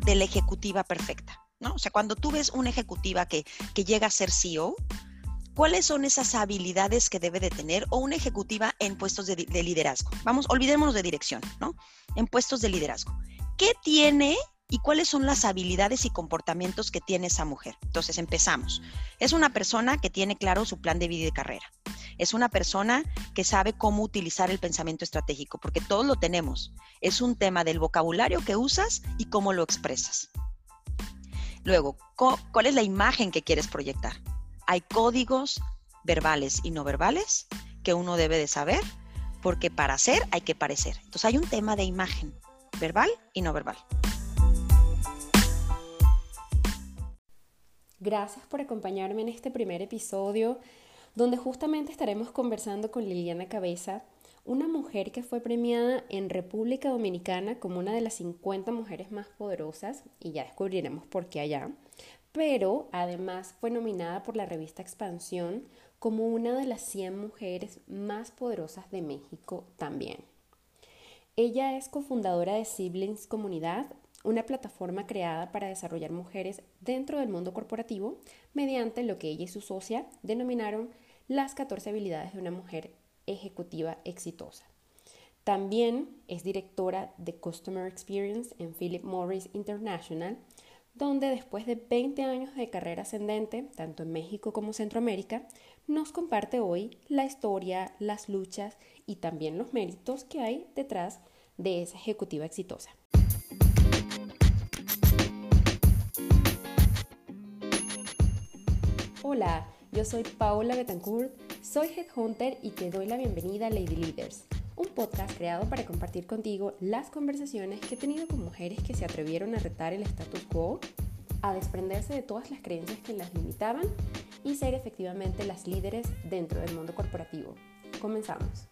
de la ejecutiva perfecta, ¿no? O sea, cuando tú ves una ejecutiva que llega a ser CEO, ¿cuáles son esas habilidades que debe de tener? O una ejecutiva en puestos de liderazgo. Vamos, olvidémonos de dirección, ¿no? En puestos de liderazgo. ¿Qué tiene y cuáles son las habilidades y comportamientos que tiene esa mujer? Entonces, empezamos. Es una persona que tiene claro su plan de vida y de carrera. Es una persona que sabe cómo utilizar el pensamiento estratégico, porque todos lo tenemos. Es un tema del vocabulario que usas y cómo lo expresas. Luego, ¿cuál es la imagen que quieres proyectar? Hay códigos verbales y no verbales que uno debe de saber, porque para hacer hay que parecer. Entonces hay un tema de imagen, verbal y no verbal. Gracias por acompañarme en este primer episodio, donde justamente estaremos conversando con Liliana Cabeza, una mujer que fue premiada en República Dominicana como una de las 50 mujeres más poderosas, y ya descubriremos por qué allá, pero además fue nominada por la revista Expansión como una de las 100 mujeres más poderosas de México también. Ella es cofundadora de Siblings Comunidad, una plataforma creada para desarrollar mujeres dentro del mundo corporativo mediante lo que ella y su socia denominaron las 14 habilidades de una mujer ejecutiva exitosa. También es directora de Customer Experience en Philip Morris International, donde después de 20 años de carrera ascendente, tanto en México como Centroamérica, nos comparte hoy la historia, las luchas y también los méritos que hay detrás de esa ejecutiva exitosa. Hola, yo soy Paola Betancourt, soy Headhunter y te doy la bienvenida a Lady Leaders, un podcast creado para compartir contigo las conversaciones que he tenido con mujeres que se atrevieron a retar el status quo, a desprenderse de todas las creencias que las limitaban y ser efectivamente las líderes dentro del mundo corporativo. Comenzamos.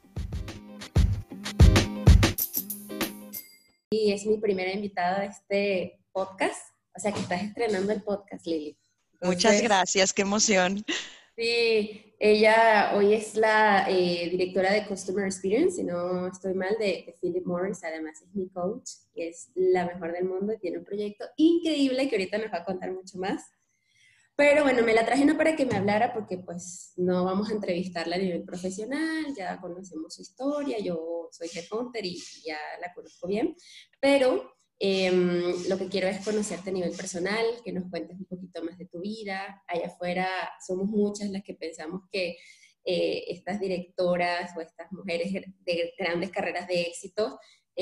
Y es mi primera invitada de este podcast, o sea que estás estrenando el podcast, Lili. Muchas gracias, qué emoción. Sí, ella hoy es la directora de Customer Experience, si no estoy mal, de Philip Morris. Además es mi coach, que es la mejor del mundo y tiene un proyecto increíble que ahorita nos va a contar mucho más. Pero bueno, me la traje no para que me hablara porque pues no vamos a entrevistarla a nivel profesional, ya conocemos su historia, yo soy headhunter y ya la conozco bien, pero lo que quiero es conocerte a nivel personal, que nos cuentes un poquito más de tu vida. Allá afuera somos muchas las que pensamos que estas directoras o estas mujeres de grandes carreras de éxito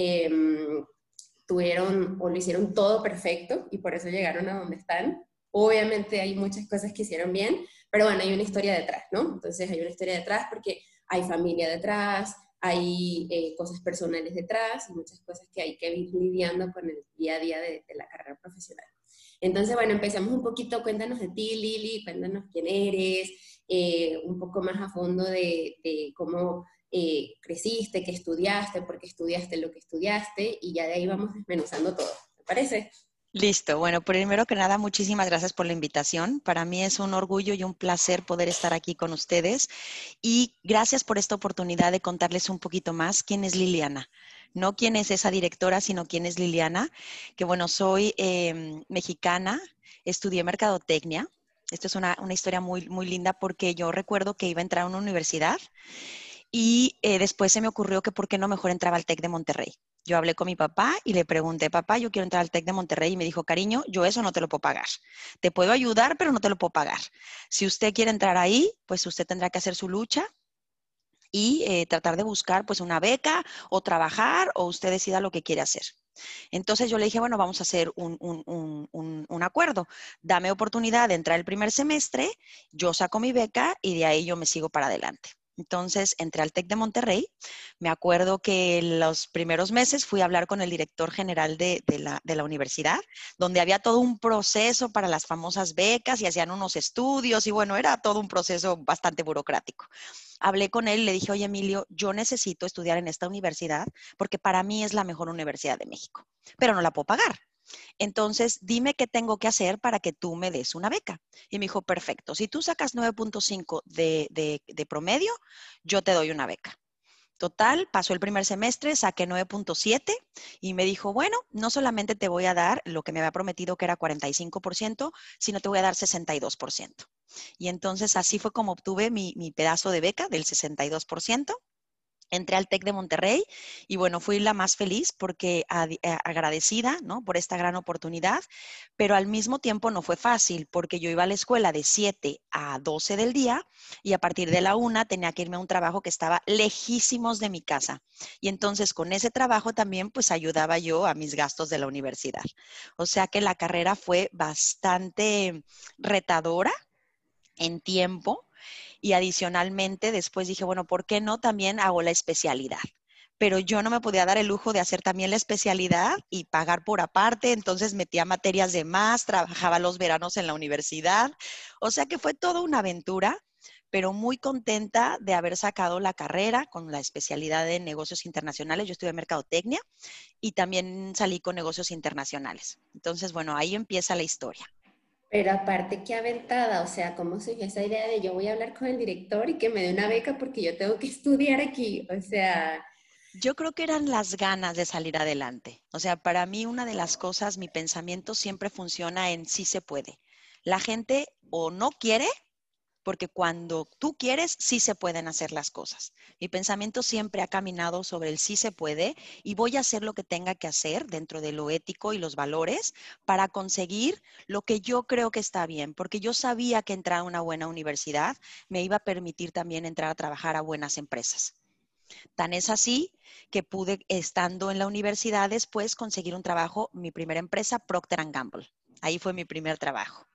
tuvieron o lo hicieron todo perfecto y por eso llegaron a donde están. Obviamente hay muchas cosas que hicieron bien, pero bueno, hay una historia detrás, ¿no? Entonces hay una historia detrás porque hay familia detrás, hay cosas personales detrás y muchas cosas que hay que ir lidiando con el día a día de la carrera profesional. Entonces, bueno, empezamos un poquito, cuéntanos de ti, Lili, cuéntanos quién eres, un poco más a fondo de cómo creciste, qué estudiaste, por qué estudiaste lo que estudiaste y ya de ahí vamos desmenuzando todo. ¿Te parece? Listo. Bueno, primero que nada, muchísimas gracias por la invitación. Para mí es un orgullo y un placer poder estar aquí con ustedes. Y gracias por esta oportunidad de contarles un poquito más quién es Liliana. No quién es esa directora, sino quién es Liliana. Que bueno, soy mexicana, estudié mercadotecnia. Esta es una historia muy, muy linda porque yo recuerdo que iba a entrar a una universidad y después se me ocurrió que por qué no mejor entraba al TEC de Monterrey. Yo hablé con mi papá y le pregunté, papá, yo quiero entrar al TEC de Monterrey, y me dijo, cariño, yo eso no te lo puedo pagar. Te puedo ayudar, pero no te lo puedo pagar. Si usted quiere entrar ahí, pues usted tendrá que hacer su lucha y tratar de buscar pues una beca o trabajar o usted decida lo que quiere hacer. Entonces yo le dije, bueno, vamos a hacer un acuerdo. Dame oportunidad de entrar el primer semestre, yo saco mi beca y de ahí yo me sigo para adelante. Entonces entré al TEC de Monterrey. Me acuerdo que los primeros meses fui a hablar con el director general de la universidad, donde había todo un proceso para las famosas becas y hacían unos estudios y bueno, era todo un proceso bastante burocrático. Hablé con él y le dije, oye Emilio, yo necesito estudiar en esta universidad porque para mí es la mejor universidad de México, pero no la puedo pagar. Entonces, dime qué tengo que hacer para que tú me des una beca. Y me dijo, perfecto, si tú sacas 9.5 de promedio, yo te doy una beca. Total, pasó el primer semestre, saqué 9.7 y me dijo, bueno, no solamente te voy a dar lo que me había prometido que era 45%, sino te voy a dar 62%. Y entonces así fue como obtuve mi pedazo de beca del 62%. Entré al TEC de Monterrey y bueno, fui la más feliz porque agradecida, ¿no? Por esta gran oportunidad, pero al mismo tiempo no fue fácil porque yo iba a la escuela de 7 a 12 del día y a partir de la 1 tenía que irme a un trabajo que estaba lejísimos de mi casa. Y entonces con ese trabajo también pues ayudaba yo a mis gastos de la universidad. O sea que la carrera fue bastante retadora en tiempo y adicionalmente después dije, bueno, ¿por qué no también hago la especialidad? Pero yo no me podía dar el lujo de hacer también la especialidad y pagar por aparte, entonces metía materias de más, trabajaba los veranos en la universidad, o sea que fue toda una aventura, pero muy contenta de haber sacado la carrera con la especialidad de negocios internacionales. Yo estudié mercadotecnia y también salí con negocios internacionales. Entonces, bueno, ahí empieza la historia. Pero aparte, qué aventada, o sea, ¿cómo surgió esa idea de yo voy a hablar con el director y que me dé una beca porque yo tengo que estudiar aquí? O sea, Yo creo que eran las ganas de salir adelante. O sea, para mí una de las cosas, mi pensamiento siempre funciona en sí se puede. La gente o no quiere, porque cuando tú quieres, sí se pueden hacer las cosas. Mi pensamiento siempre ha caminado sobre el sí se puede y voy a hacer lo que tenga que hacer dentro de lo ético y los valores para conseguir lo que yo creo que está bien, porque yo sabía que entrar a una buena universidad me iba a permitir también entrar a trabajar a buenas empresas. Tan es así que pude, estando en la universidad, después conseguir un trabajo, mi primera empresa, Procter Gamble. Ahí fue mi primer trabajo.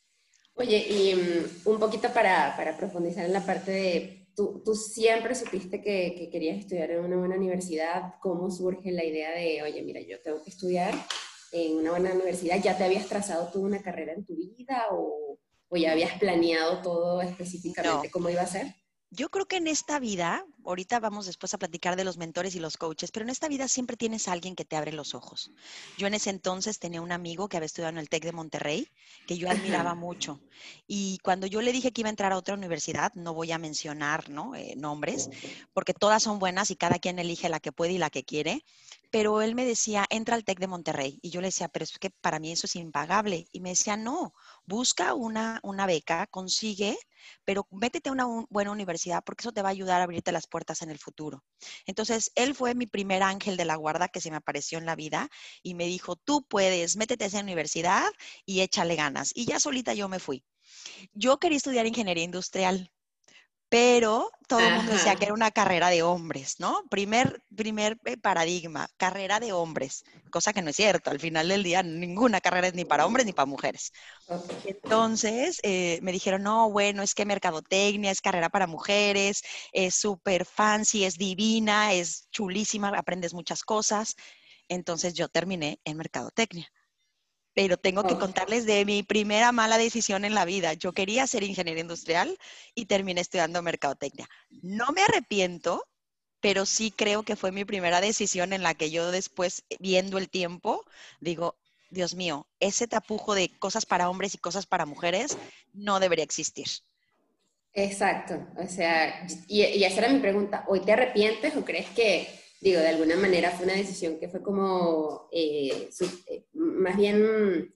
oye, y un poquito para profundizar en la parte de, tú siempre supiste que querías estudiar en una buena universidad, ¿cómo surge la idea de, oye, mira, yo tengo que estudiar en una buena universidad? ¿Ya te habías trazado tú una carrera en tu vida o ya habías planeado todo específicamente No, cómo iba a ser? yo creo que en esta vida, ahorita vamos después a platicar de los mentores y los coaches, pero en esta vida siempre tienes a alguien que te abre los ojos. Yo en ese entonces tenía un amigo que había estudiado en el TEC de Monterrey, que yo admiraba Ajá. mucho. Y cuando yo le dije que iba a entrar a otra universidad, no voy a mencionar, ¿no? Nombres, porque todas son buenas y cada quien elige la que puede y la que quiere, pero él me decía, entra al TEC de Monterrey. Y yo le decía, pero es que para mí eso es impagable. Y me decía, no, busca una beca, consigue, pero métete a una buena universidad porque eso te va a ayudar a abrirte las puertas en el futuro. Entonces, él fue mi primer ángel de la guarda que se me apareció en la vida y me dijo, tú puedes, métete a esa universidad y échale ganas. Y ya solita yo me fui. Yo quería estudiar ingeniería industrial, pero todo el mundo decía que Ajá. era una carrera de hombres, ¿no? Primer paradigma, carrera de hombres, cosa que no es cierto. Al final del día, ninguna carrera es ni para hombres ni para mujeres. Ok. Entonces me dijeron, no, bueno, es que mercadotecnia es carrera para mujeres, es súper fancy, es divina, es chulísima, aprendes muchas cosas. Entonces yo terminé en mercadotecnia. Pero tengo que Ok. contarles de mi primera mala decisión en la vida. Yo quería ser ingeniera industrial y terminé estudiando mercadotecnia. No me arrepiento, pero sí creo que fue mi primera decisión en la que yo después, viendo el tiempo, digo, Dios mío, ese tapujo de cosas para hombres y cosas para mujeres no debería existir. Exacto, o sea, y esa era mi pregunta, ¿hoy te arrepientes o crees que, digo, de alguna manera fue una decisión que fue como, más bien,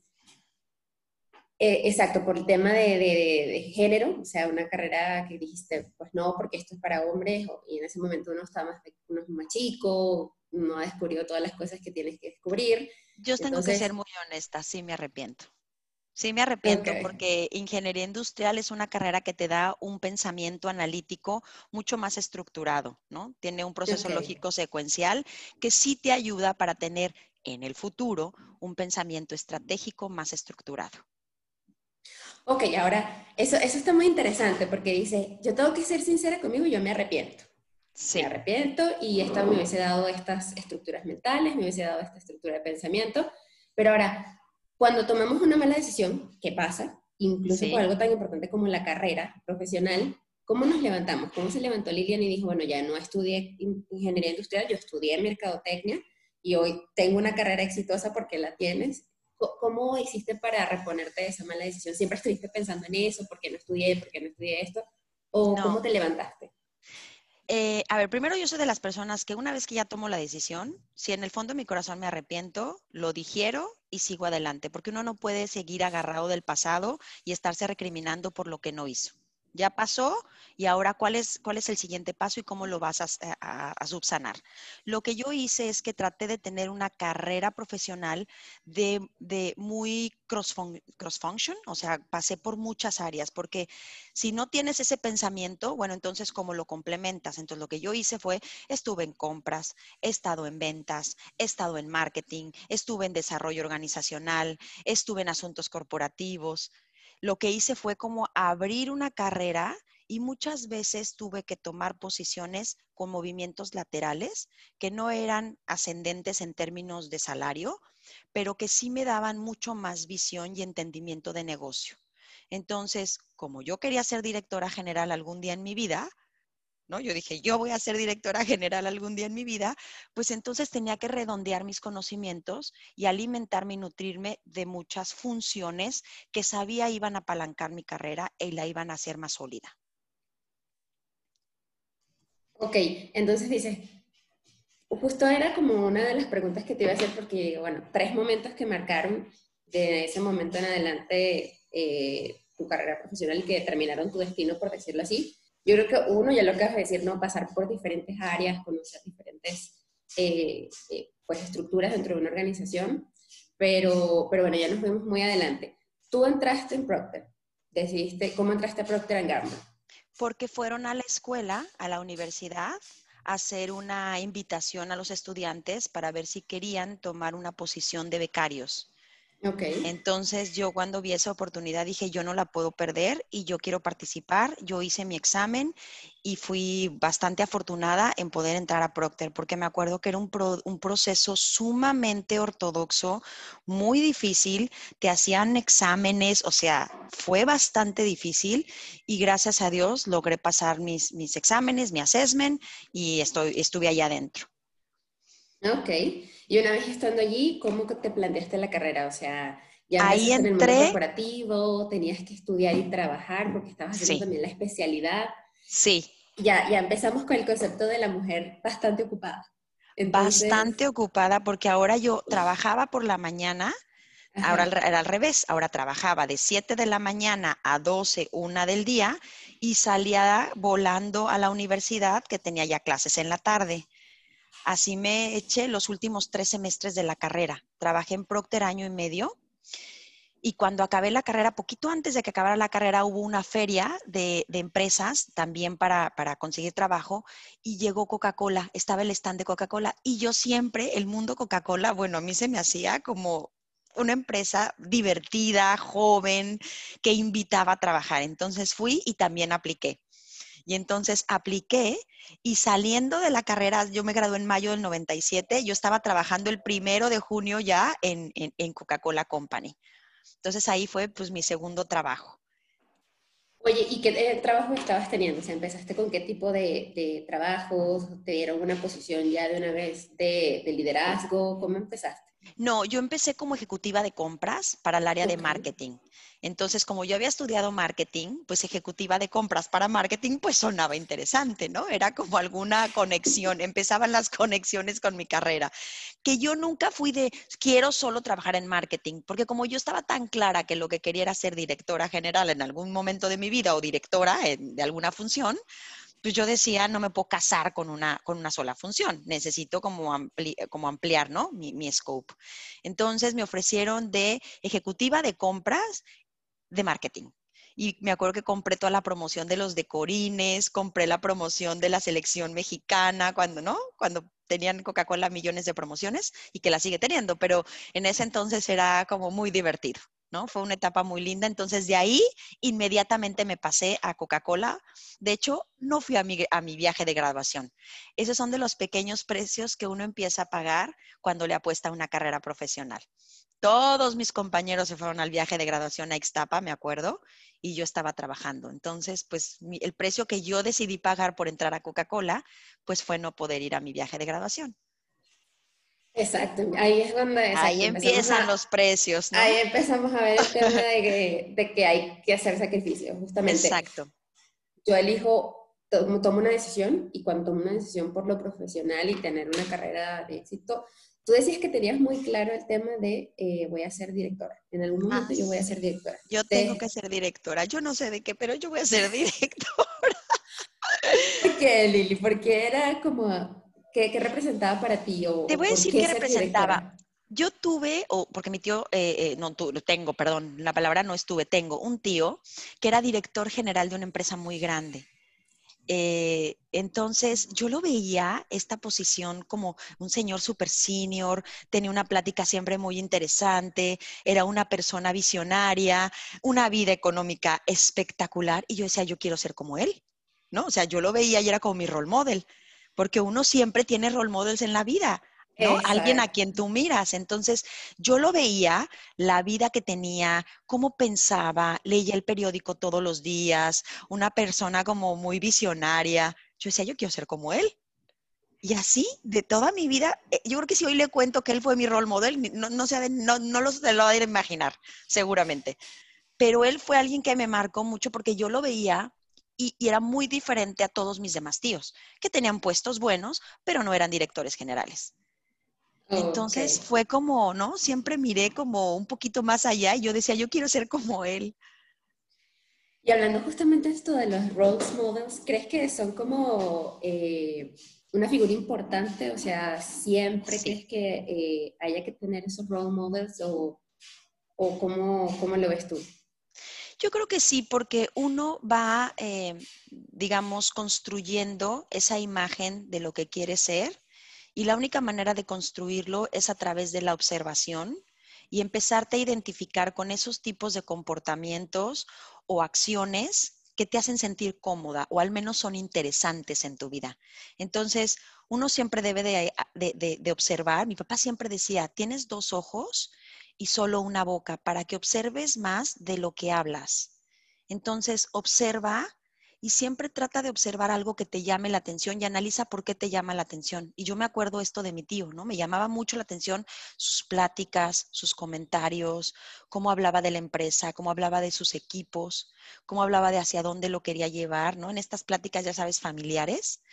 exacto, por el tema de género, o sea, una carrera que dijiste, pues no, porque esto es para hombres, y en ese momento uno está más, uno es más chico, no ha descubierto todas las cosas que tienes que descubrir, Yo tengo que ser entonces, muy honesta, sí me arrepiento. Sí, me ok, arrepiento porque ingeniería industrial es una carrera que te da un pensamiento analítico mucho más estructurado, ¿no? Tiene un proceso ok. lógico secuencial que sí te ayuda para tener en el futuro un pensamiento estratégico más estructurado. Ok, ahora, eso está muy interesante porque dice, yo tengo que ser sincera conmigo, yo me arrepiento. Me Sí, arrepiento y esto me hubiese dado estas estructuras mentales, me hubiese dado esta estructura de pensamiento. Pero ahora, cuando tomamos una mala decisión, ¿qué pasa? Incluso por sí. algo tan importante como la carrera profesional, ¿cómo nos levantamos? ¿Cómo se levantó Lilian y dijo, bueno, ya no estudié ingeniería industrial, yo estudié mercadotecnia y hoy tengo una carrera exitosa porque la tienes? ¿Cómo hiciste para reponerte de esa mala decisión? ¿Siempre estuviste pensando en eso? ¿Por qué no estudié? ¿Por qué no estudié esto? ¿O No, cómo te levantaste? A ver, primero yo soy de las personas que una vez que ya tomo la decisión, si en el fondo de mi corazón me arrepiento, lo digiero y sigo adelante, porque uno no puede seguir agarrado del pasado y estarse recriminando por lo que no hizo. Ya pasó y ahora ¿cuál es el siguiente paso y cómo lo vas a subsanar? Lo que yo hice es que traté de tener una carrera profesional de muy cross-function, o sea, pasé por muchas áreas, porque si no tienes ese pensamiento, bueno, entonces, ¿cómo lo complementas? Entonces, lo que yo hice fue, estuve en compras, he estado en ventas, he estado en marketing, estuve en desarrollo organizacional, estuve en asuntos corporativos. Lo que hice fue como abrir una carrera y muchas veces tuve que tomar posiciones con movimientos laterales que no eran ascendentes en términos de salario, pero que sí me daban mucho más visión y entendimiento de negocio. Entonces, como yo quería ser directora general algún día en mi vida, ¿no? Yo dije, yo voy a ser directora general algún día en mi vida, pues entonces tenía que redondear mis conocimientos y alimentarme y nutrirme de muchas funciones que sabía iban a apalancar mi carrera y la iban a hacer más sólida. Ok, entonces dices, justo era como una de las preguntas que te iba a hacer porque, bueno, tres momentos que marcaron de ese momento en adelante tu carrera profesional y que determinaron tu destino, por decirlo así. Yo creo que uno, ya lo que vas a decir, ¿no? Pasar por diferentes áreas, conocer diferentes pues, estructuras dentro de una organización, pero bueno, ya nos vemos muy adelante. Tú entraste en Procter, decidiste, ¿cómo entraste a Procter Gamble? Porque fueron a la escuela, a la universidad, a hacer una invitación a los estudiantes para ver si querían tomar una posición de becarios. Ok. Entonces yo cuando vi esa oportunidad dije, yo no la puedo perder y yo quiero participar. Yo hice mi examen y fui bastante afortunada en poder entrar a Procter, porque me acuerdo que era un proceso sumamente ortodoxo, muy difícil. Te hacían exámenes, o sea, fue bastante difícil y gracias a Dios logré pasar mis exámenes, mi assessment y estuve allá adentro. Ok. Y una vez estando allí, ¿cómo que te planteaste la carrera? O sea, ya Ahí empezaste en el mundo entré, corporativo, tenías que estudiar y trabajar porque estabas haciendo sí, también la especialidad. sí. Ya empezamos con el concepto de la mujer bastante ocupada. Bastante Entonces, ocupada porque ahora yo trabajaba por la mañana, ahora ajá. era al revés, ahora trabajaba de 7 de la mañana a 12, 1 del día y salía volando a la universidad que tenía ya clases en la tarde. Así me eché los últimos 3 semestres de la carrera. Trabajé en Procter año y medio y cuando acabé la carrera, poquito antes de que acabara la carrera, hubo una feria de empresas también para conseguir trabajo y llegó Coca-Cola, estaba el stand de Coca-Cola y yo siempre, el mundo Coca-Cola, bueno, a mí se me hacía como una empresa divertida, joven, que invitaba a trabajar. Entonces fui y también apliqué. Y entonces apliqué y saliendo de la carrera, yo me gradué en mayo del 97, yo estaba trabajando el 1 de junio ya en Coca-Cola Company. Entonces ahí fue pues mi segundo trabajo. Oye, ¿y qué trabajo estabas teniendo? O sea, ¿empezaste con qué tipo de trabajos? ¿Te dieron una posición ya de una vez de liderazgo? ¿Cómo empezaste? No, yo empecé como ejecutiva de compras para el área de Ok. marketing. Entonces, como yo había estudiado marketing, pues ejecutiva de compras para marketing, pues sonaba interesante, ¿no? Era como alguna conexión, empezaban las conexiones con mi carrera, que yo nunca fui de quiero solo trabajar en marketing, porque como yo estaba tan clara que lo que quería era ser directora general en algún momento de mi vida o directora de alguna función, pues yo decía, no me puedo casar con una sola función, necesito como ampliar, ¿no? Mi scope. Entonces me ofrecieron de ejecutiva de compras de marketing. Y me acuerdo que compré toda la promoción de los decorines, compré la promoción de la selección mexicana, cuando, ¿no? Cuando tenían Coca-Cola millones de promociones y que la sigue teniendo, pero en ese entonces era como muy divertido, ¿no? Fue una etapa muy linda. Entonces de ahí inmediatamente me pasé a Coca-Cola. De hecho, no fui a mi viaje de graduación. Esos son de los pequeños precios que uno empieza a pagar cuando le apuesta a una carrera profesional. Todos mis compañeros se fueron al viaje de graduación a Ixtapa, me acuerdo, y yo estaba trabajando. Entonces, pues el precio que yo decidí pagar por entrar a Coca-Cola, pues fue no poder ir a mi viaje de graduación. Exacto, ahí es donde, Ahí exacto, empiezan los precios, ¿no? ahí empezamos a ver el tema de que hay que hacer sacrificios, justamente. Exacto. Yo elijo tomo una decisión y cuando tomo una decisión por lo profesional y tener una carrera de éxito, tú decías que tenías muy claro el tema de voy a ser directora. En algún Ah, momento yo voy a ser sí. directora. Yo tengo que ser directora. Yo no sé de qué, pero yo voy a ser directora. ¿Por qué, Lili? Porque era como, ¿qué representaba para ti Te o voy a por decir qué qué ser representaba. directora? Yo tuve, o porque mi tío, no tengo, perdón, la palabra no estuve, tengo un tío que era director general de una empresa muy grande. Entonces, yo lo veía, esta posición, como un señor super senior, tenía una plática siempre muy interesante, era una persona visionaria, una vida económica espectacular, y yo decía, yo quiero ser como él, ¿no? O sea, yo lo veía y era como mi role model, porque uno siempre tiene role models en la vida. ¿No? Alguien a Exacto. quien tú miras. Entonces, yo lo veía, la vida que tenía, cómo pensaba, leía el periódico todos los días, una persona como muy visionaria. Yo decía, yo quiero ser como él. Y así, de toda mi vida, yo creo que si hoy le cuento que él fue mi role model, no se lo va a ir a imaginar, seguramente. Pero él fue alguien que me marcó mucho porque yo lo veía y era muy diferente a todos mis demás tíos, que tenían puestos buenos, pero no eran directores generales. Ok. Entonces fue como, ¿no? Siempre miré como un poquito más allá y yo decía, yo quiero ser como él. Y hablando justamente de esto de los role models, ¿crees que son como una figura importante? O sea, ¿siempre Sí. crees que haya que tener esos role models o cómo lo ves tú? Yo creo que sí, porque uno va, digamos, construyendo esa imagen de lo que quiere ser y la única manera de construirlo es a través de la observación y empezarte a identificar con esos tipos de comportamientos o acciones que te hacen sentir cómoda o al menos son interesantes en tu vida. Entonces, uno siempre debe de observar. Mi papá siempre decía, tienes dos ojos y solo una boca para que observes más de lo que hablas. Entonces, observa y siempre trata de observar algo que te llame la atención y analiza por qué te llama la atención. Y yo me acuerdo esto de mi tío, ¿no? Me llamaba mucho la atención sus pláticas, sus comentarios, cómo hablaba de la empresa, cómo hablaba de sus equipos, cómo hablaba de hacia dónde lo quería llevar, ¿no? En estas pláticas, ya sabes, familiares.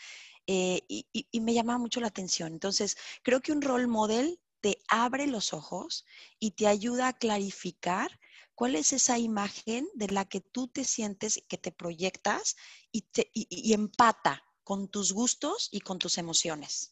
Y me llamaba mucho la atención. Entonces, creo que un role model te abre los ojos y te ayuda a clarificar cuál es esa imagen de la que tú te sientes, que te proyectas y empata con tus gustos y con tus emociones.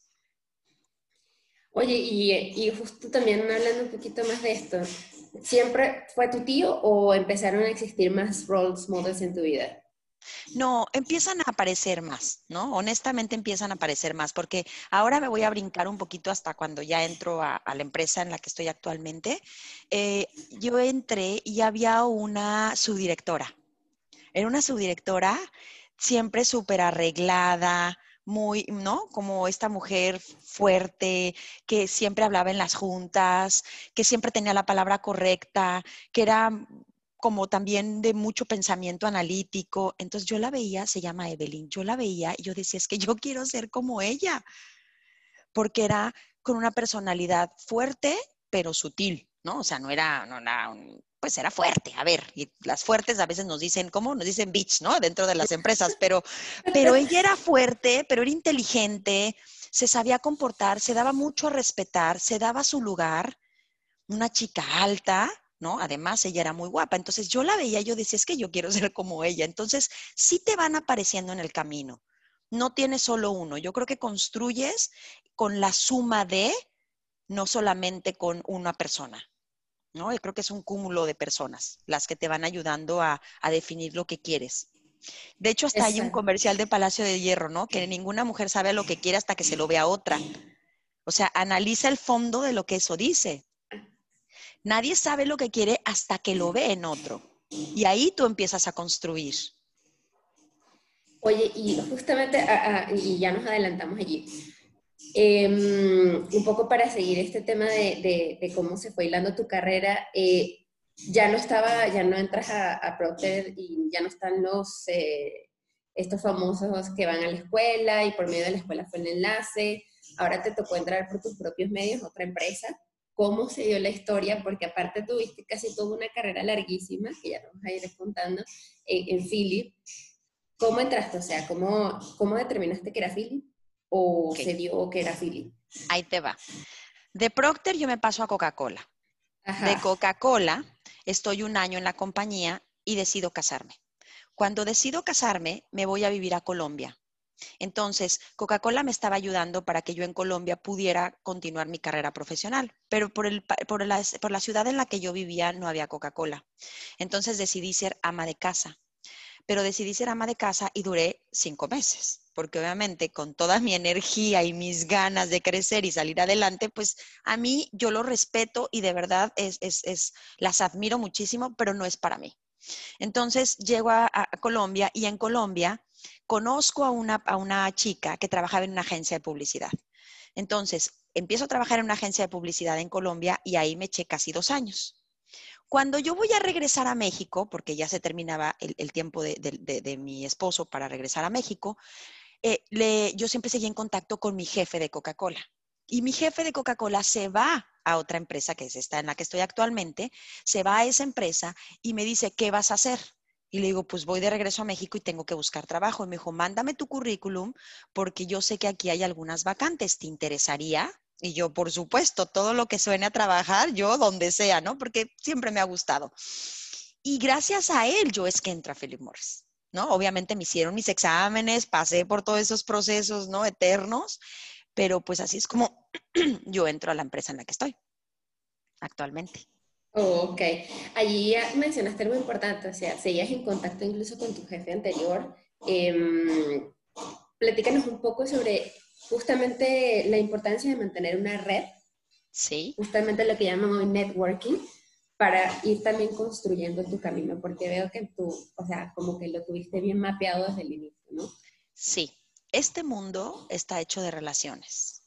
Oye, y justo también hablando un poquito más de esto, ¿siempre fue tu tío o empezaron a existir más role models en tu vida? No, empiezan a aparecer más, ¿no? Honestamente empiezan a aparecer más, porque ahora me voy a brincar un poquito hasta cuando ya entro a la empresa en la que estoy actualmente. Yo entré y había una subdirectora. Era una subdirectora siempre súper arreglada, muy, ¿no? Como esta mujer fuerte, que siempre hablaba en las juntas, que siempre tenía la palabra correcta, que era como también de mucho pensamiento analítico. Entonces yo la veía, se llama Evelyn, yo la veía y yo decía, es que yo quiero ser como ella, porque era con una personalidad fuerte, pero sutil, ¿no? O sea, pues era fuerte, a ver, y las fuertes a veces nos dicen, ¿cómo? Nos dicen bitch, ¿no? Dentro de las empresas, pero ella era fuerte, pero era inteligente, se sabía comportar, se daba mucho a respetar, se daba su lugar, una chica alta, ¿no? Además, ella era muy guapa, entonces yo la veía, yo decía, es que yo quiero ser como ella, entonces sí te van apareciendo en el camino, no tienes solo uno, yo creo que construyes con la suma de, no solamente con una persona, ¿no? Yo creo que es un cúmulo de personas las que te van ayudando a definir lo que quieres. De hecho, hasta hay un Exacto. comercial de Palacio de Hierro, ¿no? Que ninguna mujer sabe lo que quiere hasta que se lo ve a otra. O sea, analiza el fondo de lo que eso dice. Nadie sabe lo que quiere hasta que lo ve en otro. Y ahí tú empiezas a construir. Oye, y justamente, y ya nos adelantamos allí, un poco para seguir este tema de cómo se fue hilando tu carrera, ya no entras a Procter y ya no están estos famosos que van a la escuela y por medio de la escuela fue el enlace, ahora te tocó entrar por tus propios medios, otra empresa. ¿Cómo se dio la historia? Porque aparte tuviste casi toda una carrera larguísima, que ya nos vas a ir contando, en Philip. ¿Cómo entraste? O sea, ¿cómo determinaste que era Philly? ¿O Ok, se dio que era Philly? ahí te va. De Procter yo me paso a Coca-Cola. De Ajá. Coca-Cola estoy un año en la compañía y decido casarme. Cuando decido casarme, me voy a vivir a Colombia. Entonces, Coca-Cola me estaba ayudando para que yo en Colombia pudiera continuar mi carrera profesional, pero por la ciudad en la que yo vivía no había Coca-Cola. Entonces decidí ser ama de casa, pero decidí ser ama de casa y duré 5 meses, porque obviamente con toda mi energía y mis ganas de crecer y salir adelante, pues a mí yo lo respeto y de verdad las admiro muchísimo, pero no es para mí. Entonces llego a Colombia y en Colombia conozco a una chica que trabajaba en una agencia de publicidad. Entonces empiezo a trabajar en una agencia de publicidad en Colombia y ahí me eché casi 2 años. Cuando yo voy a regresar a México, porque ya se terminaba el tiempo de mi esposo para regresar a México, yo siempre seguí en contacto con mi jefe de Coca-Cola. Y mi jefe de Coca-Cola se va a otra empresa, que es esta en la que estoy actualmente, se va a esa empresa y me dice, ¿qué vas a hacer? Y le digo, pues voy de regreso a México y tengo que buscar trabajo. Y me dijo, mándame tu currículum porque yo sé que aquí hay algunas vacantes. ¿Te interesaría? Y yo, por supuesto, todo lo que suene a trabajar, yo donde sea, ¿no? Porque siempre me ha gustado. Y gracias a él yo es que entro a Philip Morris, ¿no? Obviamente me hicieron mis exámenes, pasé por todos esos procesos, ¿no? Eternos, pero pues así es como yo entro a la empresa en la que estoy actualmente. Oh, ok. Allí mencionaste algo importante, o sea, seguías en contacto incluso con tu jefe anterior. Platícanos un poco sobre justamente la importancia de mantener una red, Sí, justamente lo que llaman hoy networking, para ir también construyendo tu camino, porque veo que tú, o sea, como que lo tuviste bien mapeado desde el inicio, ¿no? sí. Este mundo está hecho de relaciones,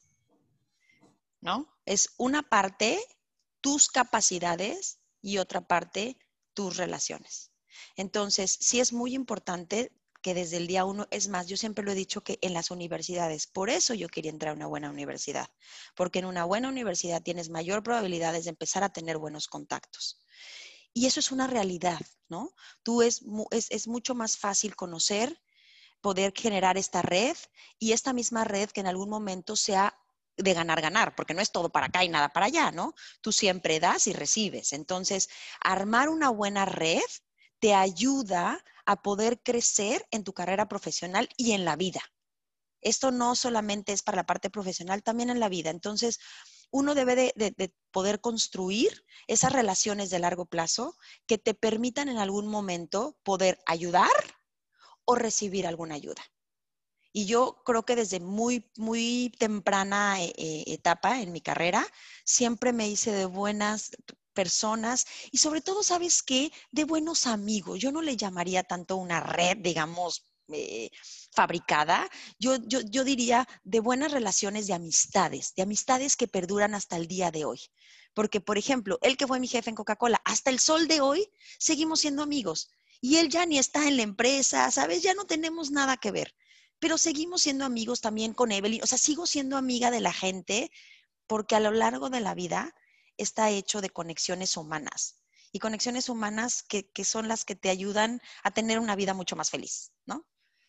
¿no? Es una parte tus capacidades y otra parte tus relaciones. Entonces, sí es muy importante que desde el día uno, es más, yo siempre lo he dicho que en las universidades, por eso yo quería entrar a una buena universidad, porque en una buena universidad tienes mayor probabilidades de empezar a tener buenos contactos. Y eso es una realidad, ¿no? Tú es mucho más fácil conocer, poder generar esta red y esta misma red que en algún momento sea de ganar, ganar, porque no es todo para acá y nada para allá, ¿no? Tú siempre das y recibes. Entonces, armar una buena red te ayuda a poder crecer en tu carrera profesional y en la vida. Esto no solamente es para la parte profesional, también en la vida. Entonces, uno debe de poder construir esas relaciones de largo plazo que te permitan en algún momento poder ayudar o recibir alguna ayuda. Y yo creo que desde muy temprana etapa en mi carrera, siempre me hice de buenas personas y sobre todo, ¿sabes qué? De buenos amigos. Yo no le llamaría tanto una red, digamos, fabricada. Yo diría de buenas relaciones de amistades que perduran hasta el día de hoy. Porque, por ejemplo, él que fue mi jefe en Coca-Cola, hasta el sol de hoy seguimos siendo amigos. Y él ya ni está en la empresa, ¿sabes? Ya no tenemos nada que ver, pero seguimos siendo amigos también con Evelyn. O sea, sigo siendo amiga de la gente porque a lo largo de la vida está hecho de conexiones humanas y conexiones humanas que son las que te ayudan a tener una vida mucho más feliz, ¿no?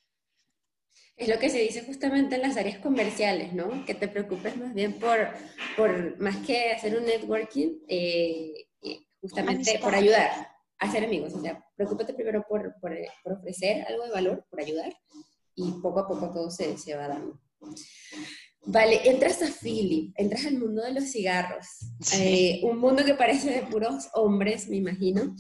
Es lo que se dice justamente en las áreas comerciales, ¿no? Que te preocupes más bien por más que hacer un networking, justamente por Amistad. ayudar a hacer amigos. O sea, preocúpate primero por ofrecer algo de valor, por ayudar, y poco a poco todo se va dando. Vale, entras a Philly, entras al mundo de los cigarros, Sí. un mundo que parece de puros hombres, me imagino,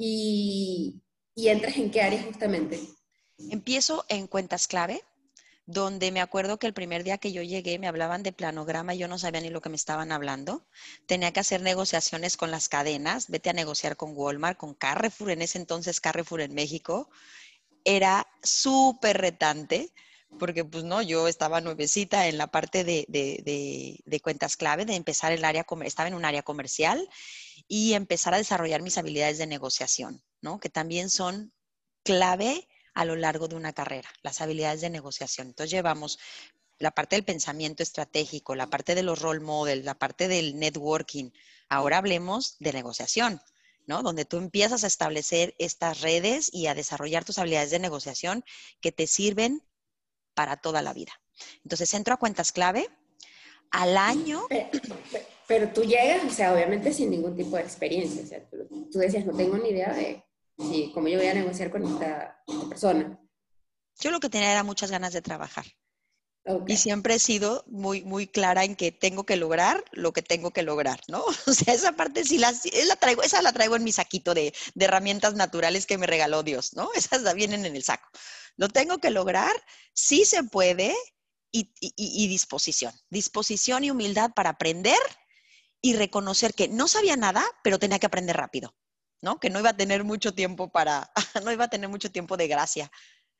y entras en qué área justamente. Empiezo en cuentas clave, donde me acuerdo que el primer día que yo llegué me hablaban de planograma y yo no sabía ni lo que me estaban hablando. Tenía que hacer negociaciones con las cadenas, vete a negociar con Walmart, con Carrefour, en ese entonces Carrefour en México. Era súper retante porque pues no, yo estaba nuevecita en la parte de cuentas clave, de empezar el área, estaba en un área comercial y empezar a desarrollar mis habilidades de negociación, ¿no? Que también son clave a lo largo de una carrera, las habilidades de negociación. Entonces llevamos la parte del pensamiento estratégico, la parte de los role models, la parte del networking. Ahora hablemos de negociación. ¿no? Donde tú empiezas a establecer estas redes y a desarrollar tus habilidades de negociación que te sirven para toda la vida. Entonces, entro a cuentas clave. Al año. Pero tú llegas, o sea, obviamente sin ningún tipo de experiencia. O sea, tú decías, no tengo ni idea de cómo yo voy a negociar con esta persona. Yo lo que tenía era muchas ganas de trabajar. Ok. Y siempre he sido muy, muy clara en que tengo que lograr lo que tengo que lograr, ¿no? O sea, esa parte sí esa la traigo en mi saquito de herramientas naturales que me regaló Dios, ¿no? Esas vienen en el saco. Lo tengo que lograr, sí se puede, y disposición. Disposición y humildad para aprender y reconocer que no sabía nada, pero tenía que aprender rápido, ¿no? Que no iba a tener mucho tiempo no iba a tener mucho tiempo de gracia.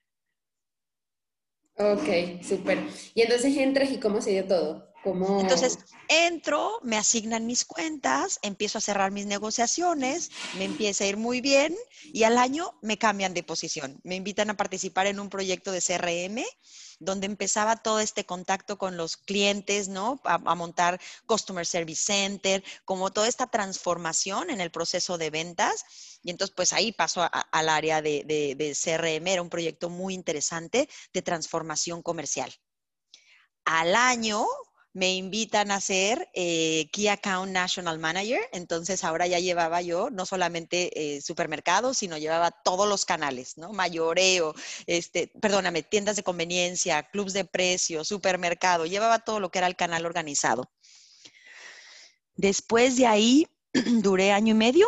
Ok, súper. Y entonces entras y cómo se dio todo. Entonces, ¿Cómo? entro, me asignan mis cuentas, empiezo a cerrar mis negociaciones, me empieza a ir muy bien y al año me cambian de posición. Me invitan a participar en un proyecto de CRM donde empezaba todo este contacto con los clientes, ¿no? A montar Customer Service Center, como toda esta transformación en el proceso de ventas. Y entonces, pues ahí paso al área de CRM. Era un proyecto muy interesante de transformación comercial. Al año me invitan a ser Key Account National Manager, entonces ahora ya llevaba yo no solamente supermercados, sino llevaba todos los canales, ¿no? Mayoreo, perdóname, tiendas de conveniencia, clubs de precios, supermercado, llevaba todo lo que era el canal organizado. Después de ahí duré año y medio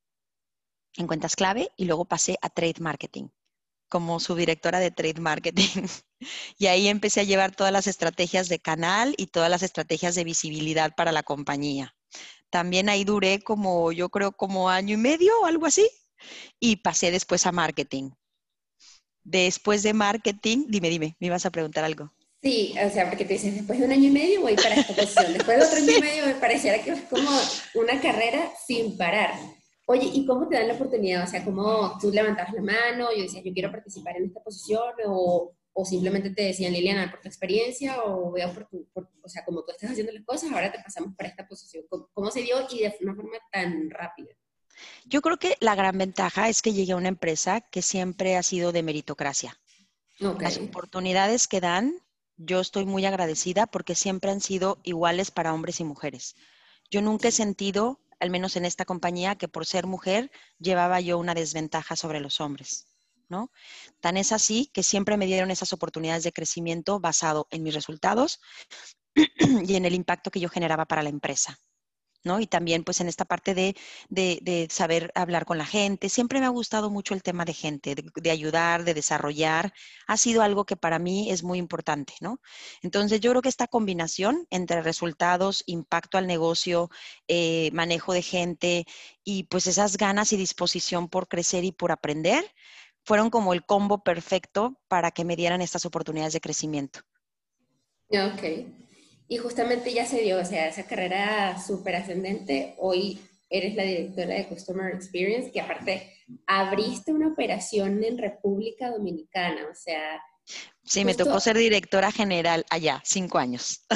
en cuentas clave y luego pasé a Trade Marketing como subdirectora de Trade Marketing. Y ahí empecé a llevar todas las estrategias de canal y todas las estrategias de visibilidad para la compañía. También ahí duré como, yo creo, como año y medio o algo así. Y pasé después a marketing. Después de marketing, dime, me ibas a preguntar algo. Sí, o sea, porque te dices, después de un año y medio voy para esta posición, después de otro año y Sí. medio me pareciera que es como una carrera sin parar. Oye, ¿y cómo te dan la oportunidad? O sea, ¿cómo tú levantabas la mano y decías, yo quiero participar en esta posición? O simplemente te decían, Liliana, por tu experiencia o veo o sea, como tú estás haciendo las cosas, ahora te pasamos para esta posición. ¿Cómo se dio y de una forma tan rápida? Yo creo que la gran ventaja es que llegué a una empresa que siempre ha sido de meritocracia. Ok. Las oportunidades que dan, yo estoy muy agradecida porque siempre han sido iguales para hombres y mujeres. Yo nunca he sentido, al menos en esta compañía, que por ser mujer llevaba yo una desventaja sobre los hombres, ¿no? Tan es así que siempre me dieron esas oportunidades de crecimiento basado en mis resultados y en el impacto que yo generaba para la empresa. ¿No? Y también pues en esta parte de saber hablar con la gente. Siempre me ha gustado mucho el tema de gente, de ayudar, de desarrollar. Ha sido algo que para mí es muy importante, ¿no? Entonces yo creo que esta combinación entre resultados, impacto al negocio, manejo de gente y pues esas ganas y disposición por crecer y por aprender, fueron como el combo perfecto para que me dieran estas oportunidades de crecimiento. Ok. Y justamente ya se dio, o sea, esa carrera súper ascendente. Hoy eres la directora de Customer Experience, que aparte abriste una operación en República Dominicana, o sea, Sí, me tocó justo, ser directora general allá, 5 años.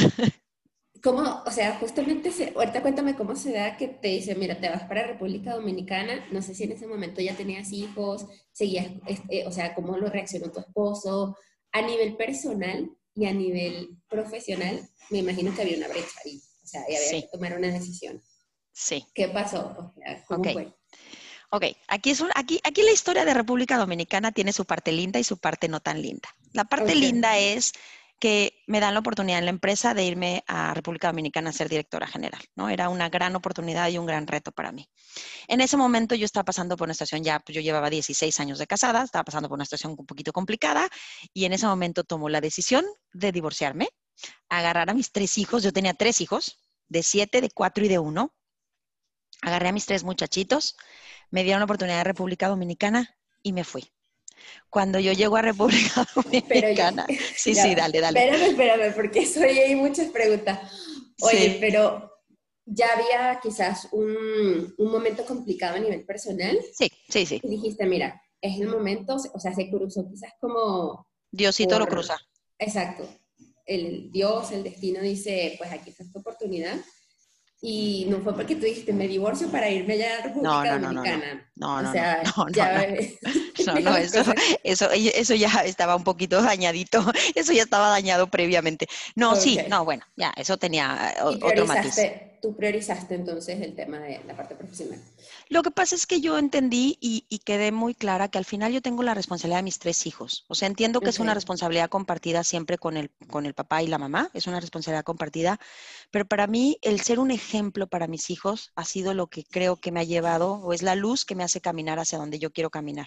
¿cómo, o sea, justamente, ahorita cuéntame cómo se da que te dice, mira, te vas para República Dominicana, no sé si en ese momento ya tenías hijos, seguías, o sea, cómo lo reaccionó tu esposo, a nivel personal y a nivel profesional, me imagino que había una brecha ahí, o sea, y había que Sí, tomar una decisión. sí. ¿Qué pasó? O sea, Ok, ¿cómo fue? ok. Aquí la historia de República Dominicana tiene su parte linda y su parte no tan linda. La parte Ok, linda es que me dan la oportunidad en la empresa de irme a República Dominicana a ser directora general, ¿no? Era una gran oportunidad y un gran reto para mí. En ese momento yo estaba pasando por una situación ya, pues yo llevaba 16 años de casada, estaba pasando por una situación un poquito complicada y en ese momento tomo la decisión de divorciarme, agarrar a mis 3 hijos, yo tenía 3 hijos, de 7, de 4 y de 1. Agarré a mis 3 muchachitos, me dieron la oportunidad de República Dominicana y me fui. Cuando yo llego a República pero ya, Dominicana, sí, ya sí, va. dale, dale. Espérame, porque soy hay muchas preguntas. Oye, Sí, pero ya había quizás un momento complicado a nivel personal sí, sí, sí. y dijiste, mira, es el momento, o sea, se cruzó quizás como Diosito lo por, cruza. exacto, el Dios, el destino dice, pues aquí está tu oportunidad. Y no fue porque tú dijiste, me divorcio para irme allá a la No, República no, no, no, no. Dominicana. No, O no, no, sea, no, no, ya no. No, ya no, las cosas. eso ya estaba un poquito dañadito, eso ya estaba dañado previamente. No, Ok. sí, no, bueno, ya, eso tenía Y otro matiz. tú priorizaste entonces el tema de la parte profesional. Lo que pasa es que yo entendí y quedé muy clara que al final yo tengo la responsabilidad de mis tres hijos. O sea, entiendo que es Ok. una responsabilidad compartida siempre con el papá y la mamá, es una responsabilidad compartida, pero para mí el ser un ejemplo para mis hijos ha sido lo que creo que me ha llevado o es la luz que me hace caminar hacia donde yo quiero caminar.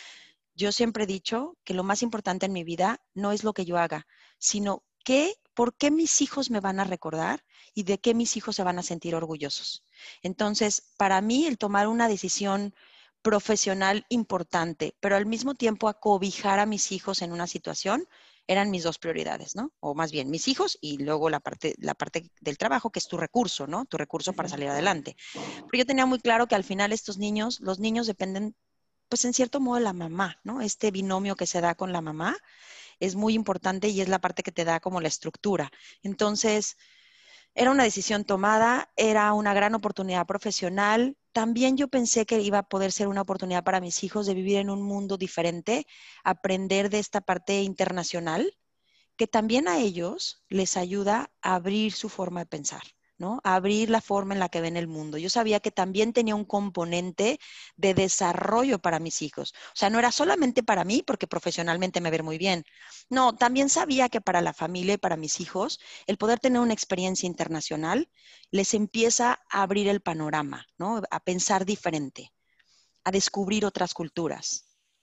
Yo siempre he dicho que lo más importante en mi vida no es lo que yo haga, sino por qué mis hijos me van a recordar y de qué mis hijos se van a sentir orgullosos. Entonces, para mí, el tomar una decisión profesional importante, pero al mismo tiempo acobijar a mis hijos en una situación, eran mis dos prioridades, ¿no? O más bien, mis hijos y luego la parte del trabajo, que es tu recurso, ¿no? Tu recurso para salir adelante. Pero yo tenía muy claro que al final estos niños, los niños dependen pues en cierto modo la mamá, ¿no? Este binomio que se da con la mamá es muy importante y es la parte que te da como la estructura. Entonces, era una decisión tomada, era una gran oportunidad profesional. También yo pensé que iba a poder ser una oportunidad para mis hijos de vivir en un mundo diferente, aprender de esta parte internacional que también a ellos les ayuda a abrir su forma de pensar, ¿no? A abrir la forma en la que ven el mundo. Yo sabía que también tenía un componente de desarrollo para mis hijos. O sea, no era solamente para mí, porque profesionalmente me ver muy bien. No, también sabía que para la familia y para mis hijos, el poder tener una experiencia internacional les empieza a abrir el panorama, ¿no? A pensar diferente, a descubrir otras culturas.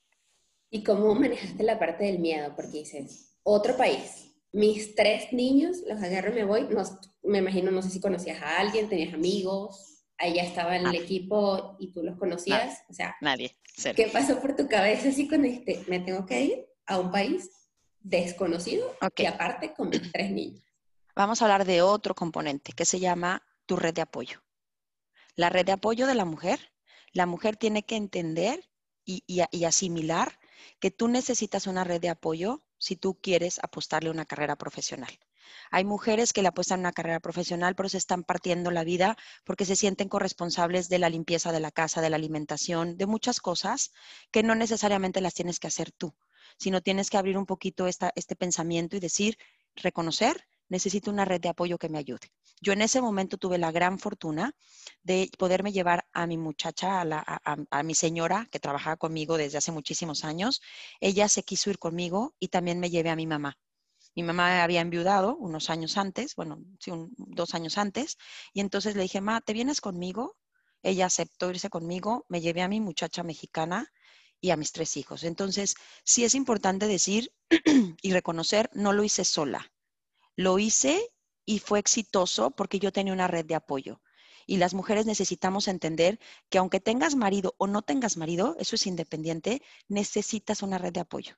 ¿Y cómo manejaste la parte del miedo? Porque dices, otro país, mis tres niños, los agarro y me voy. No, me imagino, no sé si conocías a alguien, tenías amigos, ahí ya estaba en el Nada, equipo y tú los nada, conocías. O sea, nadie, cero. ¿qué pasó por tu cabeza así con este? Me tengo que ir a un país desconocido Ok. y aparte con mis tres niños. Vamos a hablar de otro componente que se llama tu red de apoyo. La red de apoyo de la mujer tiene que entender y asimilar que tú necesitas una red de apoyo si tú quieres apostarle a una carrera profesional. Hay mujeres que le apuestan a una carrera profesional, pero se están partiendo la vida porque se sienten corresponsables de la limpieza de la casa, de la alimentación, de muchas cosas que no necesariamente las tienes que hacer tú, sino tienes que abrir un poquito este pensamiento y decir, reconocer, necesito una red de apoyo que me ayude. Yo en ese momento tuve la gran fortuna de poderme llevar a mi muchacha, a mi señora que trabajaba conmigo desde hace muchísimos años. Ella se quiso ir conmigo y también me llevé a mi mamá. Mi mamá había enviudado unos años antes, bueno, sí, 2 años antes, y entonces le dije, ma, ¿te vienes conmigo? Ella aceptó irse conmigo, me llevé a mi muchacha mexicana y a mis tres hijos. Entonces, sí es importante decir y reconocer, no lo hice sola, lo hice y fue exitoso porque yo tenía una red de apoyo. Y las mujeres necesitamos entender que aunque tengas marido o no tengas marido, eso es independiente, necesitas una red de apoyo.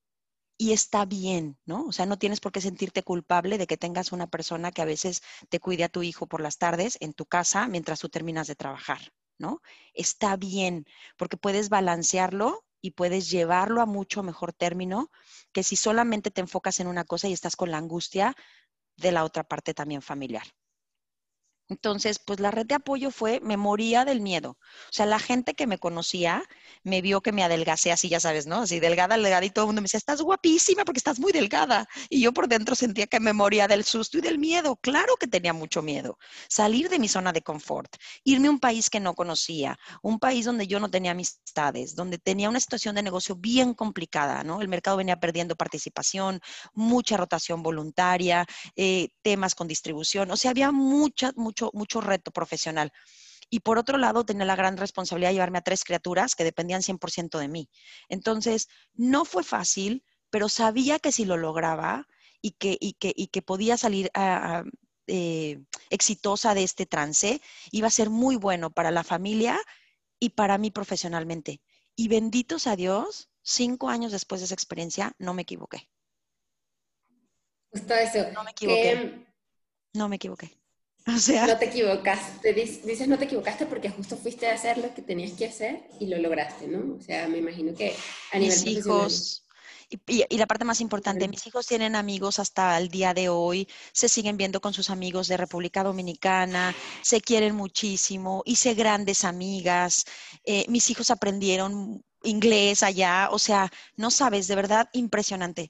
Y está bien, ¿no? O sea, no tienes por qué sentirte culpable de que tengas una persona que a veces te cuide a tu hijo por las tardes en tu casa mientras tú terminas de trabajar, ¿no? Está bien, porque puedes balancearlo y puedes llevarlo a mucho mejor término que si solamente te enfocas en una cosa y estás con la angustia de la otra parte también familiar. Entonces, pues la red de apoyo fue, me moría del miedo. O sea, la gente que me conocía me vio que me adelgacé así, ya sabes, ¿no? Así delgada, delgada y todo el mundo me decía, estás guapísima porque estás muy delgada. Y yo por dentro sentía que me moría del susto y del miedo. Claro que tenía mucho miedo. Salir de mi zona de confort, irme a un país que no conocía, un país donde yo no tenía amistades, donde tenía una situación de negocio bien complicada, ¿no? El mercado venía perdiendo participación, mucha rotación voluntaria, temas con distribución, o sea, había mucho reto profesional. Y por otro lado, tenía la gran responsabilidad de llevarme a tres criaturas que dependían 100% de mí. Entonces, no fue fácil, pero sabía que si lo lograba y que podía salir exitosa de este trance, iba a ser muy bueno para la familia y para mí profesionalmente. Y benditos a Dios, 5 años después de esa experiencia, no me equivoqué. Justo eso, No me equivoqué. que No me equivoqué. O sea, no te equivocaste, dices no te equivocaste porque justo fuiste a hacer lo que tenías que hacer y lo lograste, ¿no? O sea, me imagino que a nivel mis profesional. hijos, Y la parte más importante, mis hijos tienen amigos hasta el día de hoy, se siguen viendo con sus amigos de República Dominicana, se quieren muchísimo, hice grandes amigas, mis hijos aprendieron inglés allá, o sea, no sabes, de verdad, impresionante.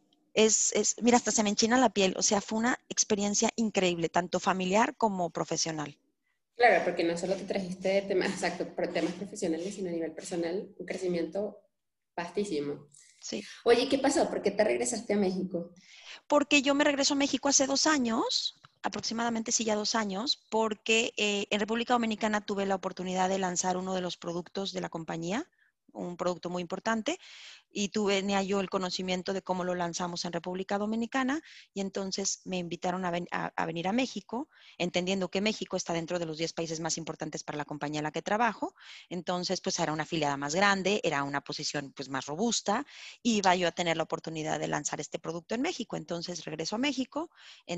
Mira, hasta se me enchina la piel, o sea, fue una experiencia increíble, tanto familiar como profesional. Claro, porque no solo te trajiste temas, exacto, temas profesionales, sino a nivel personal, un crecimiento vastísimo. Sí. Oye, ¿qué pasó? ¿Por qué te regresaste a México? Porque yo me regreso a México hace 2 años, aproximadamente sí ya 2 años, porque en República Dominicana tuve la oportunidad de lanzar uno de los productos de la compañía, un producto muy importante, y tenía yo el conocimiento de cómo lo lanzamos en República Dominicana, y entonces me invitaron a venir a México, entendiendo que México está dentro de los 10 países más importantes para la compañía en la que trabajo. Entonces, pues era una afiliada más grande, era una posición pues más robusta, y iba yo a tener la oportunidad de lanzar este producto en México. Entonces regreso a México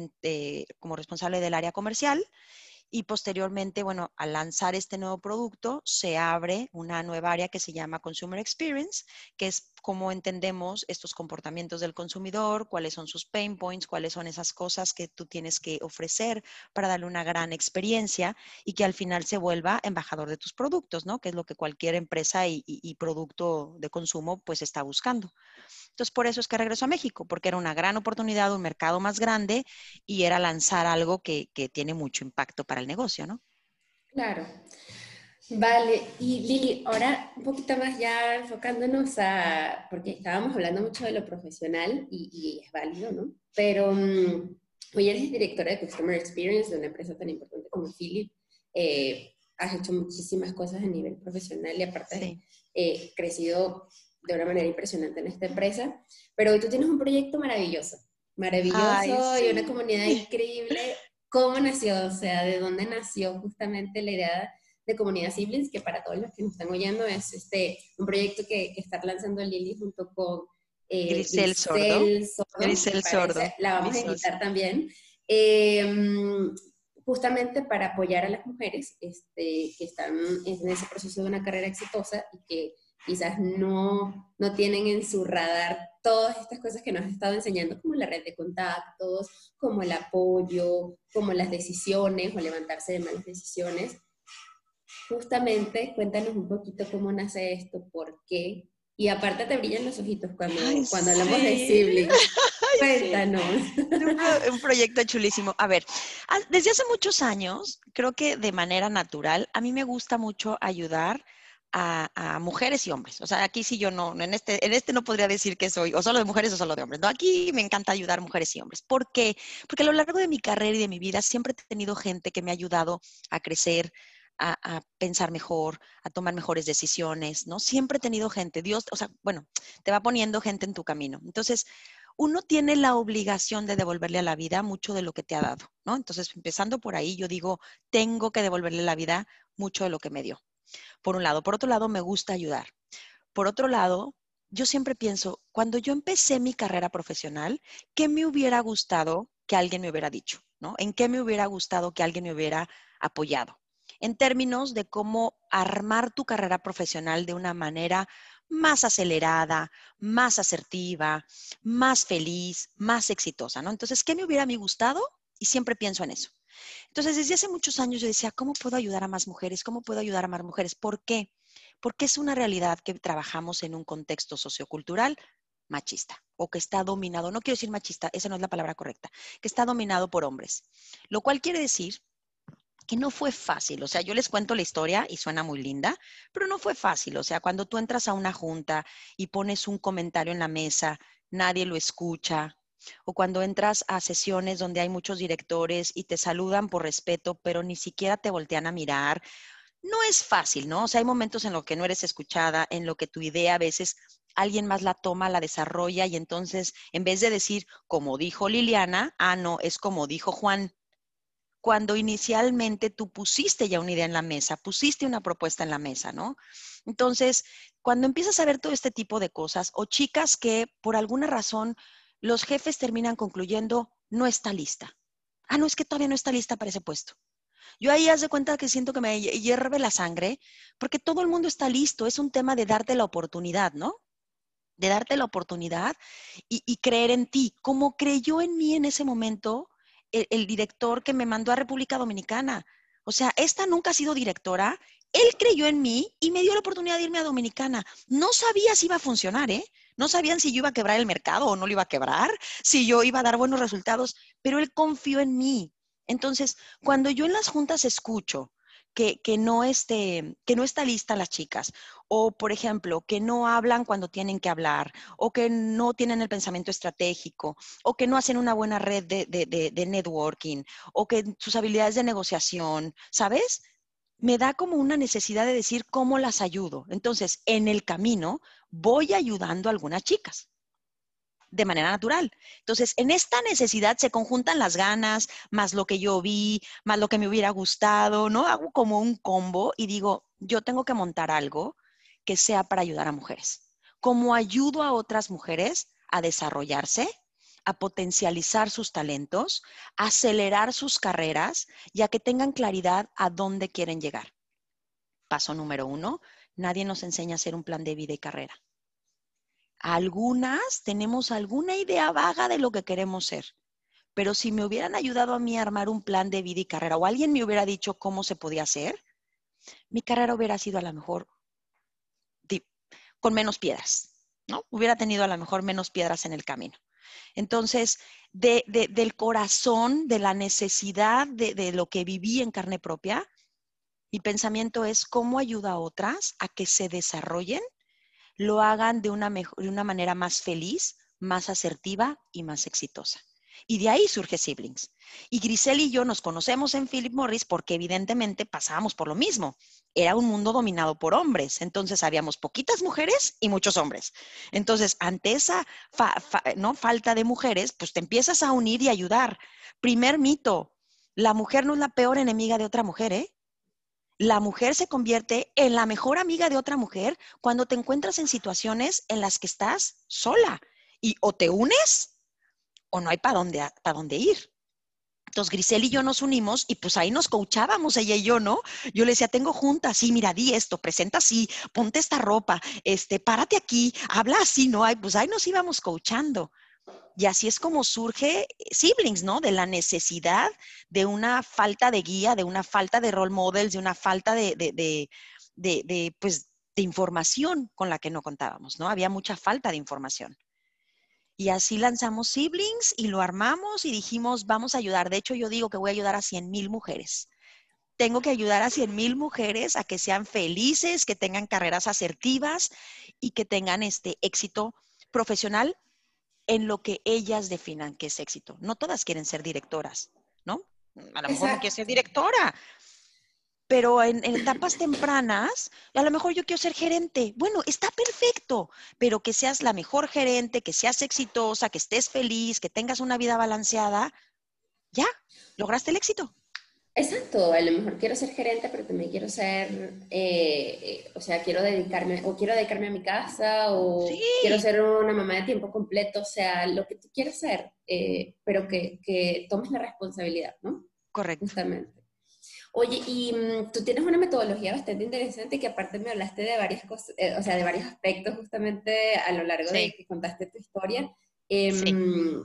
como responsable del área comercial, y posteriormente, bueno, al lanzar este nuevo producto, se abre una nueva área que se llama Consumer Experience, que es cómo entendemos estos comportamientos del consumidor, cuáles son sus pain points, cuáles son esas cosas que tú tienes que ofrecer para darle una gran experiencia y que al final se vuelva embajador de tus productos, ¿no? Que es lo que cualquier empresa y producto de consumo pues está buscando. Entonces, por eso es que regreso a México, porque era una gran oportunidad, un mercado más grande y era lanzar algo que tiene mucho impacto para el negocio, ¿no? Claro. Vale, y Lili, ahora un poquito más ya enfocándonos porque estábamos hablando mucho de lo profesional y es válido, ¿no? Pero hoy eres directora de Customer Experience de una empresa tan importante como Philip. Has hecho muchísimas cosas a nivel profesional y aparte Sí. crecido de una manera impresionante en esta empresa. Pero hoy tú tienes un proyecto maravilloso, Ay, maravilloso y una sí. comunidad increíble. ¿Cómo nació? O sea, ¿de dónde nació justamente la idea de Comunidad Siblings, que para todos los que nos están oyendo es un proyecto que está lanzando Lili junto con Grisel Sordo. Grisel Sordo, me Grisel parece, Sordo, la mi vamos a socia. invitar también, eh, justamente para apoyar a las mujeres que están en ese proceso de una carrera exitosa y que quizás no tienen en su radar todas estas cosas que nos has estado enseñando, como la red de contactos, como el apoyo, como las decisiones o levantarse de malas decisiones. Justamente, cuéntanos un poquito cómo nace esto, por qué. Y aparte te brillan los ojitos Ay, cuando hablamos de sí. siblings. Ay, sí. Cuéntanos. Un proyecto chulísimo. A ver, desde hace muchos años, creo que de manera natural, a mí me gusta mucho ayudar a mujeres y hombres. O sea, aquí sí yo en este no podría decir que soy o solo de mujeres o solo de hombres. No, aquí me encanta ayudar mujeres y hombres. ¿Por qué? Porque a lo largo de mi carrera y de mi vida siempre he tenido gente que me ha ayudado a crecer, a pensar mejor, a tomar mejores decisiones, ¿no? Siempre he tenido gente. Dios, o sea, bueno, te va poniendo gente en tu camino. Entonces, uno tiene la obligación de devolverle a la vida mucho de lo que te ha dado, ¿no? Entonces, empezando por ahí, yo digo, tengo que devolverle a la vida mucho de lo que me dio. Por un lado. Por otro lado, me gusta ayudar. Por otro lado, yo siempre pienso, cuando yo empecé mi carrera profesional, ¿qué me hubiera gustado que alguien me hubiera dicho, ¿no? ¿En qué me hubiera gustado que alguien me hubiera apoyado? En términos de cómo armar tu carrera profesional de una manera más acelerada, más asertiva, más feliz, más exitosa, ¿no? Entonces, ¿qué me hubiera a mí gustado? Y siempre pienso en eso. Entonces, desde hace muchos años yo decía, ¿cómo puedo ayudar a más mujeres? ¿Cómo puedo ayudar a más mujeres? ¿Por qué? Porque es una realidad que trabajamos en un contexto sociocultural machista o que está dominado, no quiero decir machista, esa no es la palabra correcta, que está dominado por hombres, lo cual quiere decir que no fue fácil. O sea, yo les cuento la historia y suena muy linda, pero no fue fácil. O sea, cuando tú entras a una junta y pones un comentario en la mesa, nadie lo escucha. O cuando entras a sesiones donde hay muchos directores y te saludan por respeto, pero ni siquiera te voltean a mirar, no es fácil, ¿no? O sea, hay momentos en los que no eres escuchada, en lo que tu idea a veces alguien más la toma, la desarrolla y entonces en vez de decir, como dijo Liliana, no, es como dijo Juan, cuando inicialmente tú pusiste ya una idea en la mesa, pusiste una propuesta en la mesa, ¿no? Entonces, cuando empiezas a ver todo este tipo de cosas o chicas que por alguna razón los jefes terminan concluyendo, no está lista. No, es que todavía no está lista para ese puesto. Yo ahí haz de cuenta que siento que me hierve la sangre porque todo el mundo está listo. Es un tema de darte la oportunidad, ¿no? de darte la oportunidad y creer en ti, como creyó en mí en ese momento el director que me mandó a República Dominicana. O sea, esta nunca ha sido directora, él creyó en mí y me dio la oportunidad de irme a Dominicana. No sabía si iba a funcionar, ¿eh? No sabían si yo iba a quebrar el mercado o no lo iba a quebrar, si yo iba a dar buenos resultados, pero él confió en mí. Entonces, cuando yo en las juntas escucho que no está lista las chicas, o por ejemplo, que no hablan cuando tienen que hablar, o que no tienen el pensamiento estratégico, o que no hacen una buena red de networking, o que sus habilidades de negociación, ¿sabes? Me da como una necesidad de decir cómo las ayudo. Entonces, en el camino voy ayudando a algunas chicas de manera natural. Entonces, en esta necesidad se conjuntan las ganas, más lo que yo vi, más lo que me hubiera gustado, ¿no? Hago como un combo y digo, yo tengo que montar algo que sea para ayudar a mujeres. ¿Cómo ayudo a otras mujeres a desarrollarse, a potencializar sus talentos, a acelerar sus carreras y a que tengan claridad a dónde quieren llegar? Paso número 1, nadie nos enseña a hacer un plan de vida y carrera. Algunas tenemos alguna idea vaga de lo que queremos ser, pero si me hubieran ayudado a mí a armar un plan de vida y carrera o alguien me hubiera dicho cómo se podía hacer, mi carrera hubiera sido a lo mejor con menos piedras, ¿no? Hubiera tenido a lo mejor menos piedras en el camino. Entonces, del corazón, de la necesidad de lo que viví en carne propia, mi pensamiento es cómo ayuda a otras a que se desarrollen, lo hagan de una manera más feliz, más asertiva y más exitosa. Y de ahí surge Siblings. Y Grisel y yo nos conocemos en Philip Morris porque evidentemente pasábamos por lo mismo. Era un mundo dominado por hombres, entonces habíamos poquitas mujeres y muchos hombres. Entonces, ante esa ¿no? falta de mujeres, pues te empiezas a unir y ayudar. Primer mito, la mujer no es la peor enemiga de otra mujer, ¿eh? La mujer se convierte en la mejor amiga de otra mujer cuando te encuentras en situaciones en las que estás sola y o te unes o no hay para dónde ir. Entonces Grisel y yo nos unimos y pues ahí nos coachábamos ella y yo, ¿no? Yo le decía, tengo juntas, sí, mira, di esto, presenta así, ponte esta ropa, párate aquí, habla así, ¿no? Pues ahí nos íbamos coachando. Y así es como surge Siblings, ¿no? De la necesidad de una falta de guía, de una falta de role models, de una falta pues, de información con la que no contábamos, ¿no? Había mucha falta de información. Y así lanzamos Siblings y lo armamos y dijimos, vamos a ayudar. De hecho, yo digo que voy a ayudar a 100,000 mujeres. Tengo que ayudar a 100,000 mujeres a que sean felices, que tengan carreras asertivas y que tengan este éxito profesional en lo que ellas definan que es éxito. No todas quieren ser directoras, ¿no? A lo mejor no quiero ser Exacto. directora, pero en etapas tempranas, a lo mejor yo quiero ser gerente. Bueno, está perfecto, pero que seas la mejor gerente, que seas exitosa, que estés feliz, que tengas una vida balanceada, ya, lograste el éxito. Exacto, a lo mejor quiero ser gerente, pero también quiero ser, o sea, quiero dedicarme a mi casa, o quiero Sí, ser una mamá de tiempo completo, o sea, lo que tú quieras ser, pero que tomes la responsabilidad, ¿no? correcto. Justamente. Oye, y tú tienes una metodología bastante interesante que aparte me hablaste de varias cosas, o sea, de varios aspectos justamente a lo largo de Sí, que contaste tu historia. sí.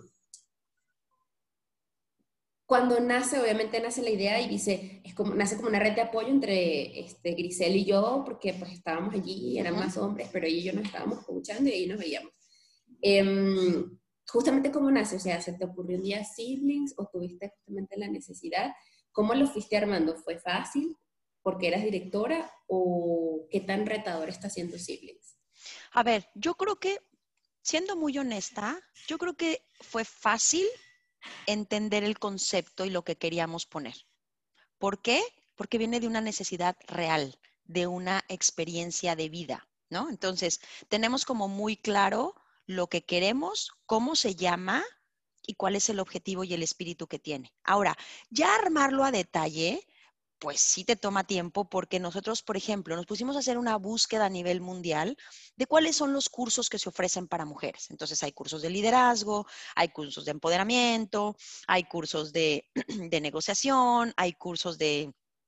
Cuando nace, obviamente nace la idea y dice, nace como una red de apoyo entre Grisel y yo, porque pues estábamos allí, eran Ujú. más hombres, pero ella y yo nos estábamos escuchando y ahí nos veíamos. Justamente cómo nace, o sea, ¿se te ocurrió un día Siblings o tuviste justamente la necesidad? ¿Cómo lo fuiste armando? ¿Fue fácil porque eras directora o qué tan retador está haciendo Siblings? A ver, yo creo que, siendo muy honesta, yo creo que fue fácil entender el concepto y lo que queríamos poner. ¿Por qué? Porque viene de una necesidad real, de una experiencia de vida, ¿no? Entonces, tenemos como muy claro lo que queremos, cómo se llama y cuál es el objetivo y el espíritu que tiene. Ahora, ya armarlo a detalle, pues sí te toma tiempo porque nosotros, por ejemplo, nos pusimos a hacer una búsqueda a nivel mundial de cuáles son los cursos que se ofrecen para mujeres. Entonces hay cursos de liderazgo, hay cursos de empoderamiento, hay cursos de negociación, hay cursos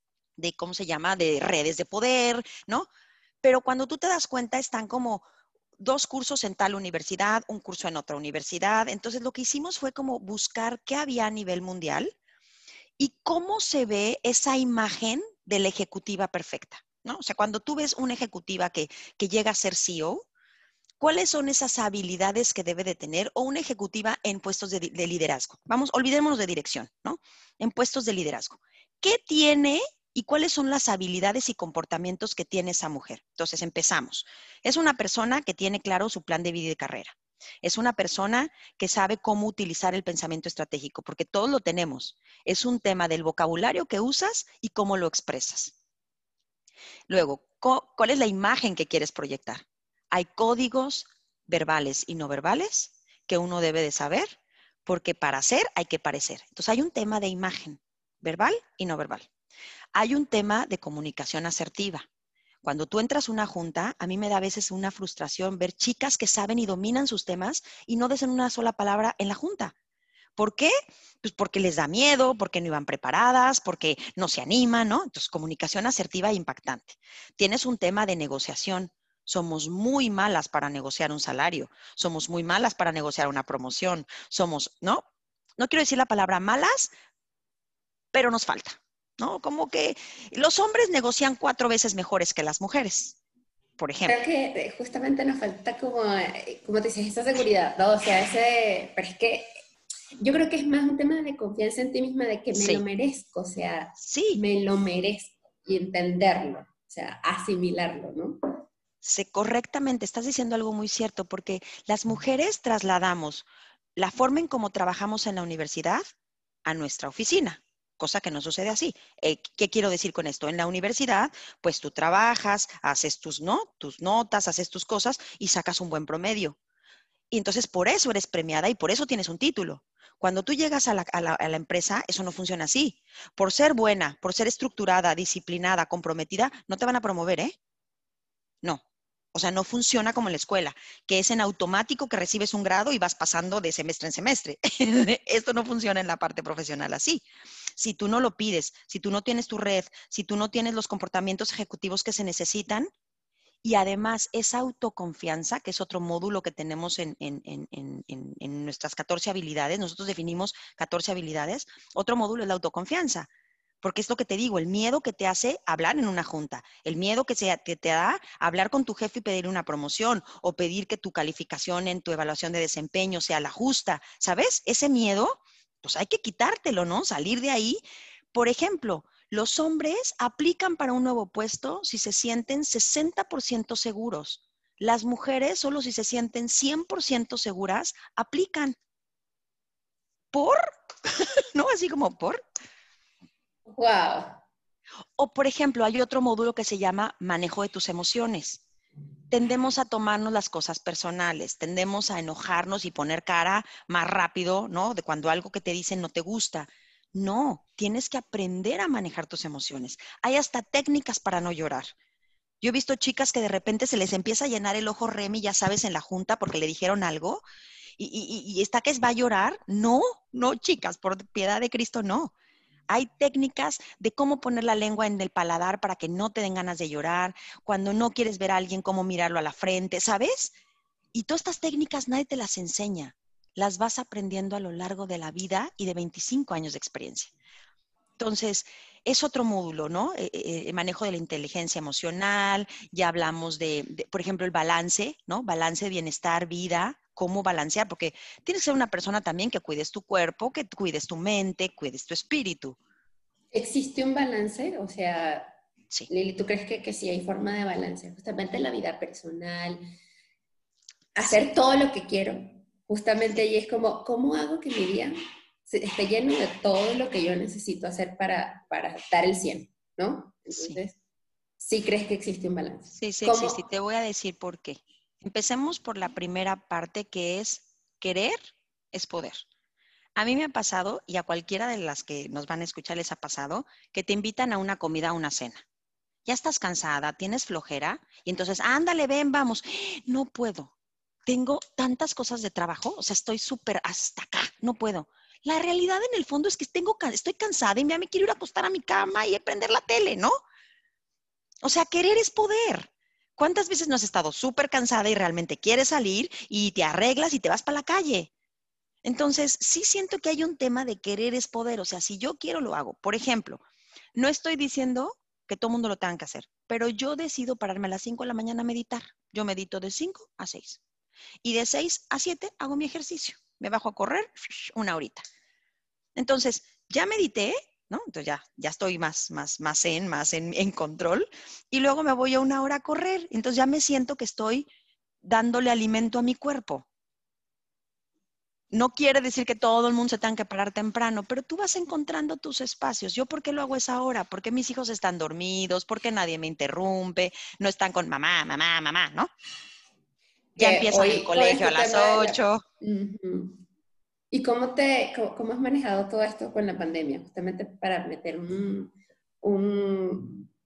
¿cómo se llama? De redes de poder, ¿no? Pero cuando tú te das cuenta están como 2 cursos en tal universidad, un curso en otra universidad. Entonces, lo que hicimos fue como buscar qué había a nivel mundial y cómo se ve esa imagen de la ejecutiva perfecta, ¿no? O sea, cuando tú ves una ejecutiva que llega a ser CEO, ¿cuáles son esas habilidades que debe de tener o una ejecutiva en puestos de liderazgo? Vamos, olvidémonos de dirección, ¿no? En puestos de liderazgo. ¿Qué tiene y cuáles son las habilidades y comportamientos que tiene esa mujer? Entonces, empezamos. Es una persona que tiene claro su plan de vida y de carrera. Es una persona que sabe cómo utilizar el pensamiento estratégico, porque todos lo tenemos. Es un tema del vocabulario que usas y cómo lo expresas. Luego, ¿cuál es la imagen que quieres proyectar? Hay códigos verbales y no verbales que uno debe de saber, porque para ser hay que parecer. Entonces, hay un tema de imagen, verbal y no verbal. Hay un tema de comunicación asertiva. Cuando tú entras a una junta, a mí me da a veces una frustración ver chicas que saben y dominan sus temas y no dicen una sola palabra en la junta. ¿Por qué? Pues porque les da miedo, porque no iban preparadas, porque no se animan, ¿no? Entonces, comunicación asertiva e impactante. Tienes un tema de negociación. Somos muy malas para negociar un salario. Somos muy malas para negociar una promoción. Somos, ¿no? No quiero decir la palabra malas, pero nos falta, ¿no? Como que los hombres negocian 4 veces mejores que las mujeres, por Creo ejemplo. que justamente nos falta como te dices, esa seguridad, ¿no? O sea, pero es que yo creo que es más un tema de confianza en ti misma, de que me lo Sí, merezco, o sea, sí, me lo merezco y entenderlo, o sea, asimilarlo, ¿no? correctamente, estás diciendo algo muy cierto, porque las mujeres trasladamos la forma en cómo trabajamos en la universidad a nuestra oficina, cosa que no sucede así. ¿Qué quiero decir con esto? En la universidad, pues tú trabajas, haces tus notas, haces tus cosas y sacas un buen promedio. Y entonces por eso eres premiada y por eso tienes un título. Cuando tú llegas a la empresa, eso no funciona así. Por ser buena, por ser estructurada, disciplinada, comprometida, no te van a promover, ¿eh? No. O sea, no funciona como en la escuela, que es en automático que recibes un grado y vas pasando de semestre en semestre. Esto no funciona en la parte profesional así. Si tú no lo pides, si tú no tienes tu red, si tú no tienes los comportamientos ejecutivos que se necesitan, y además esa autoconfianza, que es otro módulo que tenemos en nuestras 14 habilidades, nosotros definimos 14 habilidades, otro módulo es la autoconfianza. Porque es lo que te digo, el miedo que te hace hablar en una junta, el miedo que te da hablar con tu jefe y pedir una promoción o pedir que tu calificación en tu evaluación de desempeño sea la justa, ¿sabes? Ese miedo, pues hay que quitártelo, ¿no? Salir de ahí. Por ejemplo, los hombres aplican para un nuevo puesto si se sienten 60% seguros. Las mujeres, solo si se sienten 100% seguras, aplican. ¿Por? ¿No? Así como por. Wow. O, por ejemplo, hay otro módulo que se llama manejo de tus emociones. Tendemos a tomarnos las cosas personales, tendemos a enojarnos y poner cara más rápido, ¿no? De cuando algo que te dicen no te gusta. No, tienes que aprender a manejar tus emociones. Hay hasta técnicas para no llorar. Yo he visto chicas que de repente se les empieza a llenar el ojo Remy, ya sabes, en la junta porque le dijeron algo y está que va a llorar. No, no, chicas, por piedad de Cristo, no. Hay técnicas de cómo poner la lengua en el paladar para que no te den ganas de llorar, cuando no quieres ver a alguien, cómo mirarlo a la frente, ¿sabes? Y todas estas técnicas nadie te las enseña. Las vas aprendiendo a lo largo de la vida y de 25 años de experiencia. Entonces, es otro módulo, ¿no? El manejo de la inteligencia emocional, ya hablamos por ejemplo, el balance, ¿no? Balance, bienestar, vida, cómo balancear, porque tienes que ser una persona también que cuides tu cuerpo, que cuides tu mente, cuides tu espíritu. ¿Existe un balance? O sea, Sí. Lili, ¿tú crees que sí hay forma de balance? Justamente en la vida personal, hacer Sí, todo lo que quiero, justamente sí, ahí es como, ¿cómo hago que mi día esté lleno de todo lo que yo necesito hacer para dar el 100, ¿no? sí, Entonces, sí crees que existe un balance. sí, sí existe. Y ¿Cómo? te voy a decir por qué. Empecemos por la primera parte que es querer es poder. A mí me ha pasado, y a cualquiera de las que nos van a escuchar les ha pasado, que te invitan a una comida, a una cena. Ya estás cansada, tienes flojera, y entonces, ándale, ven, vamos. No puedo. Tengo tantas cosas de trabajo, o sea, estoy súper hasta acá, no puedo. La realidad en el fondo es que estoy cansada y ya me quiero ir a acostar a mi cama y a prender la tele, ¿no? O sea, querer es poder. ¿Cuántas veces no has estado súper cansada y realmente quieres salir y te arreglas y te vas para la calle? Entonces, sí siento que hay un tema de querer es poder. O sea, si yo quiero, lo hago. Por ejemplo, no estoy diciendo que todo el mundo lo tenga que hacer, pero yo decido pararme a las 5 de la mañana a meditar. Yo medito de 5 a 6 y de 6 a 7 hago mi ejercicio. Me bajo a correr una horita. Entonces, ya medité, ¿no? Entonces ya estoy más en control y luego me voy a una hora a correr. Entonces ya me siento que estoy dándole alimento a mi cuerpo. No quiere decir que todo el mundo se tenga que parar temprano, pero tú vas encontrando tus espacios. ¿Yo por qué lo hago esa hora? Porque mis hijos están dormidos, porque nadie me interrumpe, no están con mamá, ¿no? Ya Que empiezan el hoy con colegio este a las tema de la... 8. Ujú. ¿Y cómo has manejado todo esto con la pandemia? Justamente para meter un-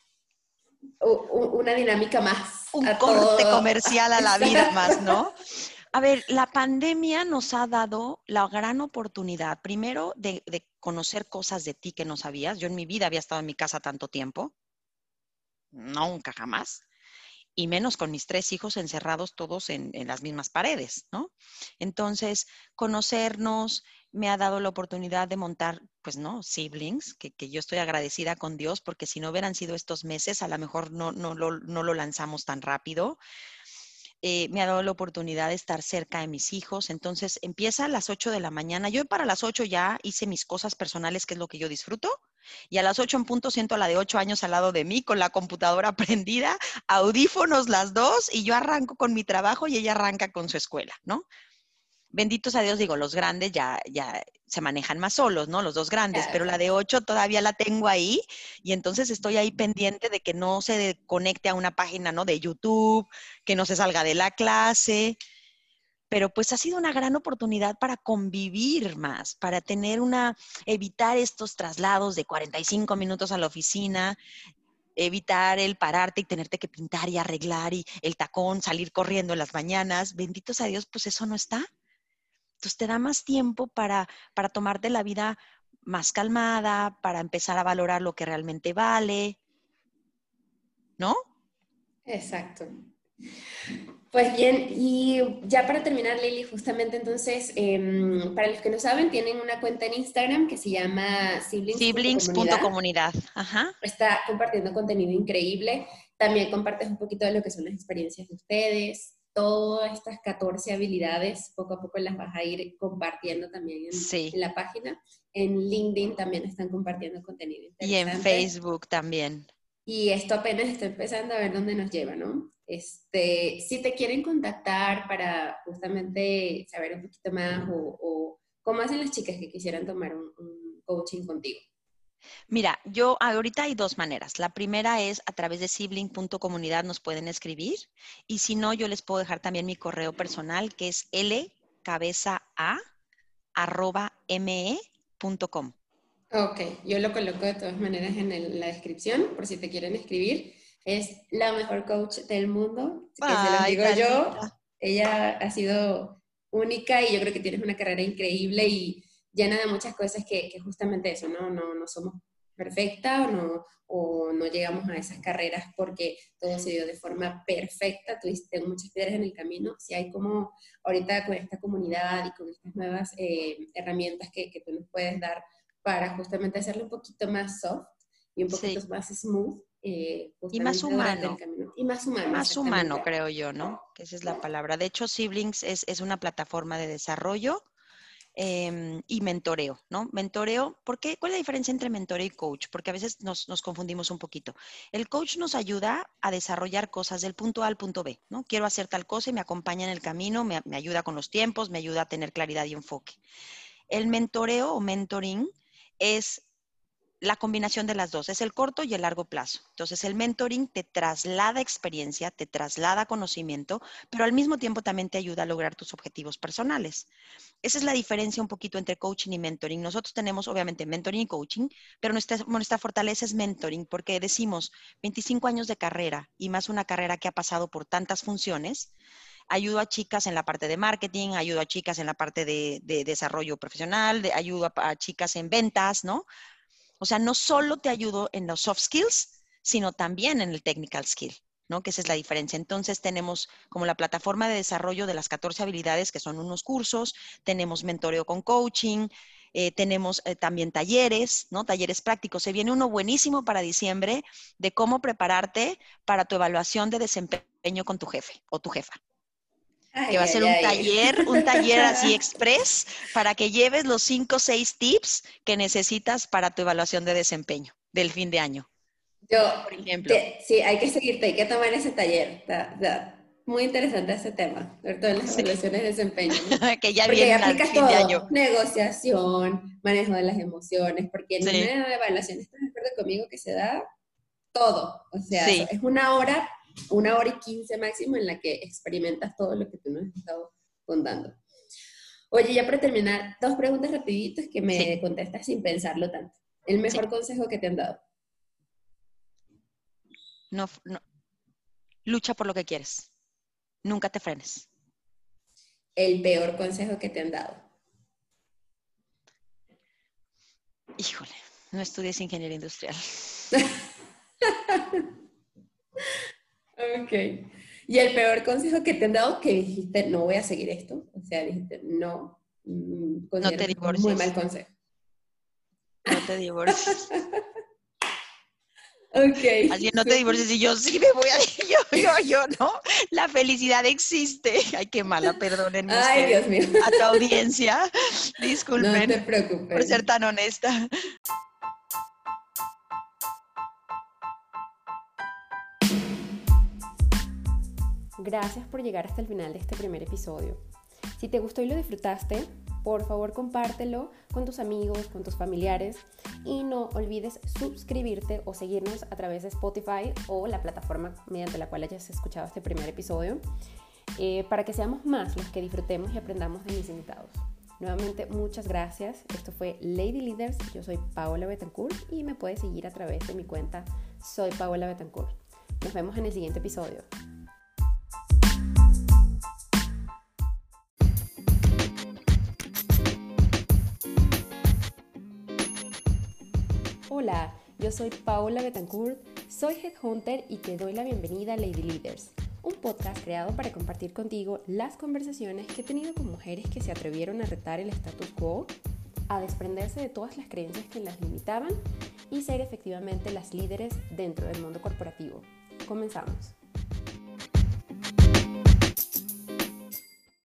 una dinámica más Un a corte todo. comercial a la vida más, Exacto. ¿no? A ver, la pandemia nos ha dado la gran oportunidad, primero, de conocer cosas de ti que no sabías. Yo en mi vida había estado en mi casa tanto tiempo, nunca jamás, y menos con mis 3 hijos encerrados todos en las mismas paredes, ¿no? Entonces, conocernos me ha dado la oportunidad de montar, pues, ¿no? Siblings, que yo estoy agradecida con Dios, porque si no hubieran sido estos meses, a lo mejor no lo lanzamos tan rápido. Me ha dado la oportunidad de estar cerca de mis hijos. Entonces empieza a las 8 de la mañana. Yo para las 8 ya hice mis cosas personales, que es lo que yo disfruto. Y a las 8 en punto siento a la de 8 años al lado de mí con la computadora prendida, audífonos las dos, y yo arranco con mi trabajo y ella arranca con su escuela, ¿no? Benditos a Dios, digo, los grandes ya se manejan más solos, ¿no? Los dos grandes, pero la de Exacto. 8 todavía la tengo ahí y entonces estoy ahí pendiente de que no se conecte a una página, ¿no? De YouTube, que no se salga de la clase, pero pues ha sido una gran oportunidad para convivir más, para evitar estos traslados de 45 minutos a la oficina, evitar el pararte y tenerte que pintar y arreglar y el tacón, salir corriendo en las mañanas. Benditos a Dios, pues eso no está. Entonces te da más tiempo para tomarte la vida más calmada, para empezar a valorar lo que realmente vale, ¿no? Exacto. Pues bien, y ya para terminar, Lili, justamente entonces, para los que no saben, tienen una cuenta en Instagram que se llama siblings.comunidad. Siblings.comunidad. Ajá. Está compartiendo contenido increíble. También compartes un poquito de lo que son las experiencias de ustedes. Todas estas 14 habilidades, poco a poco las vas a ir compartiendo también Sí. en la página. En LinkedIn también están compartiendo contenido Y en interesante. Facebook también. Y esto apenas está empezando a ver dónde nos lleva, ¿no? Si te quieren contactar para justamente saber un poquito más o cómo hacen las chicas que quisieran tomar un coaching contigo. Mira, yo ahorita hay dos maneras. La primera es a través de sibling.comunidad nos pueden escribir y si no, yo les puedo dejar también mi correo personal que es lcabeza@me.com. Ok, yo lo coloco de todas maneras en la descripción por si te quieren escribir. Es la mejor coach del mundo, que se los Ay, digo tan yo. linda. Ella ha sido única y yo creo que tienes una carrera increíble y llena de muchas cosas que justamente eso, ¿no? No somos perfectas o no llegamos a esas carreras porque todo se dio de forma perfecta. Tuviste muchas piedras en el camino. Si hay como ahorita con esta comunidad y con estas nuevas herramientas que tú nos puedes dar para justamente hacerlo un poquito más soft y un poquito Sí. más smooth, Y más justamente durante el humano. camino. Y más humano, Más humano, exactamente. creo yo, ¿no? Que esa es la palabra. De hecho, Siblings es una plataforma de desarrollo y mentoreo, ¿no? Mentoreo, ¿por qué? ¿Cuál es la diferencia entre mentoreo y coach? Porque a veces nos confundimos un poquito. El coach nos ayuda a desarrollar cosas del punto A al punto B, ¿no? Quiero hacer tal cosa y me acompaña en el camino, me ayuda con los tiempos, me ayuda a tener claridad y enfoque. El mentoreo o mentoring es la combinación de las dos, es el corto y el largo plazo. Entonces, el mentoring te traslada experiencia, te traslada conocimiento, pero al mismo tiempo también te ayuda a lograr tus objetivos personales. Esa es la diferencia un poquito entre coaching y mentoring. Nosotros tenemos obviamente mentoring y coaching, pero nuestra fortaleza es mentoring porque decimos 25 años de carrera y más una carrera que ha pasado por tantas funciones. Ayudo a chicas en la parte de marketing, ayudo a chicas en la parte de desarrollo profesional, ayudo a chicas en ventas, ¿no? O sea, no solo te ayudo en los soft skills, sino también en el technical skill. ¿no? Que esa es la diferencia. Entonces tenemos como la plataforma de desarrollo de las 14 habilidades, que son unos cursos, tenemos mentoreo con coaching, tenemos también talleres, ¿no? Talleres prácticos. Se viene uno buenísimo para diciembre de cómo prepararte para tu evaluación de desempeño con tu jefe o tu jefa, que va Ay, a ser ay, ay. un taller así express para que lleves los 5 o 6 tips que necesitas para tu evaluación de desempeño del fin de año, Yo, por ejemplo. sí, hay que seguirte, hay que tomar ese taller. Está muy interesante ese tema, sobre todo en las Sí, evaluaciones de desempeño, ¿no? que ya Porque ahí vienen al aplicas fin de año. todo, negociación, manejo de las emociones, porque en Sí, una evaluación, ¿estás de acuerdo conmigo que se da todo? O sea, sí, es una hora y 15 máximo en la que experimentas todo lo que tú nos has estado contando. Oye, ya para terminar, dos preguntas rapiditas que sí, me contestas sin pensarlo tanto. El sí. mejor consejo que te han dado. No, no, lucha por lo que quieres. Nunca te frenes. El peor consejo que te han dado. Híjole, no estudies ingeniería industrial. Ok. ¿Y el peor consejo que te han dado que dijiste, no voy a seguir esto? O sea, dijiste, no, No considero te que es un muy mal divorcies. consejo. No te divorcies. Ok. Así no te divorcies y yo sí me voy a yo, ¿no? La felicidad existe. Ay, qué mala, perdónenme Ay, ustedes. Dios mío. A tu audiencia, No te disculpen por preocupes. ser tan honesta. Gracias por llegar hasta el final de este primer episodio. Si te gustó y lo disfrutaste, por favor compártelo con tus amigos, con tus familiares y no olvides suscribirte o seguirnos a través de Spotify o la plataforma mediante la cual hayas escuchado este primer episodio para que seamos más los que disfrutemos y aprendamos de mis invitados. Nuevamente, muchas gracias. Esto fue Lady Leaders. Yo soy Paola Betancourt y me puedes seguir a través de mi cuenta Soy Paola Betancourt. Nos vemos en el siguiente episodio. Hola, yo soy Paola Betancourt, soy Headhunter y te doy la bienvenida a Lady Leaders, un podcast creado para compartir contigo las conversaciones que he tenido con mujeres que se atrevieron a retar el status quo, a desprenderse de todas las creencias que las limitaban y ser efectivamente las líderes dentro del mundo corporativo. Comenzamos.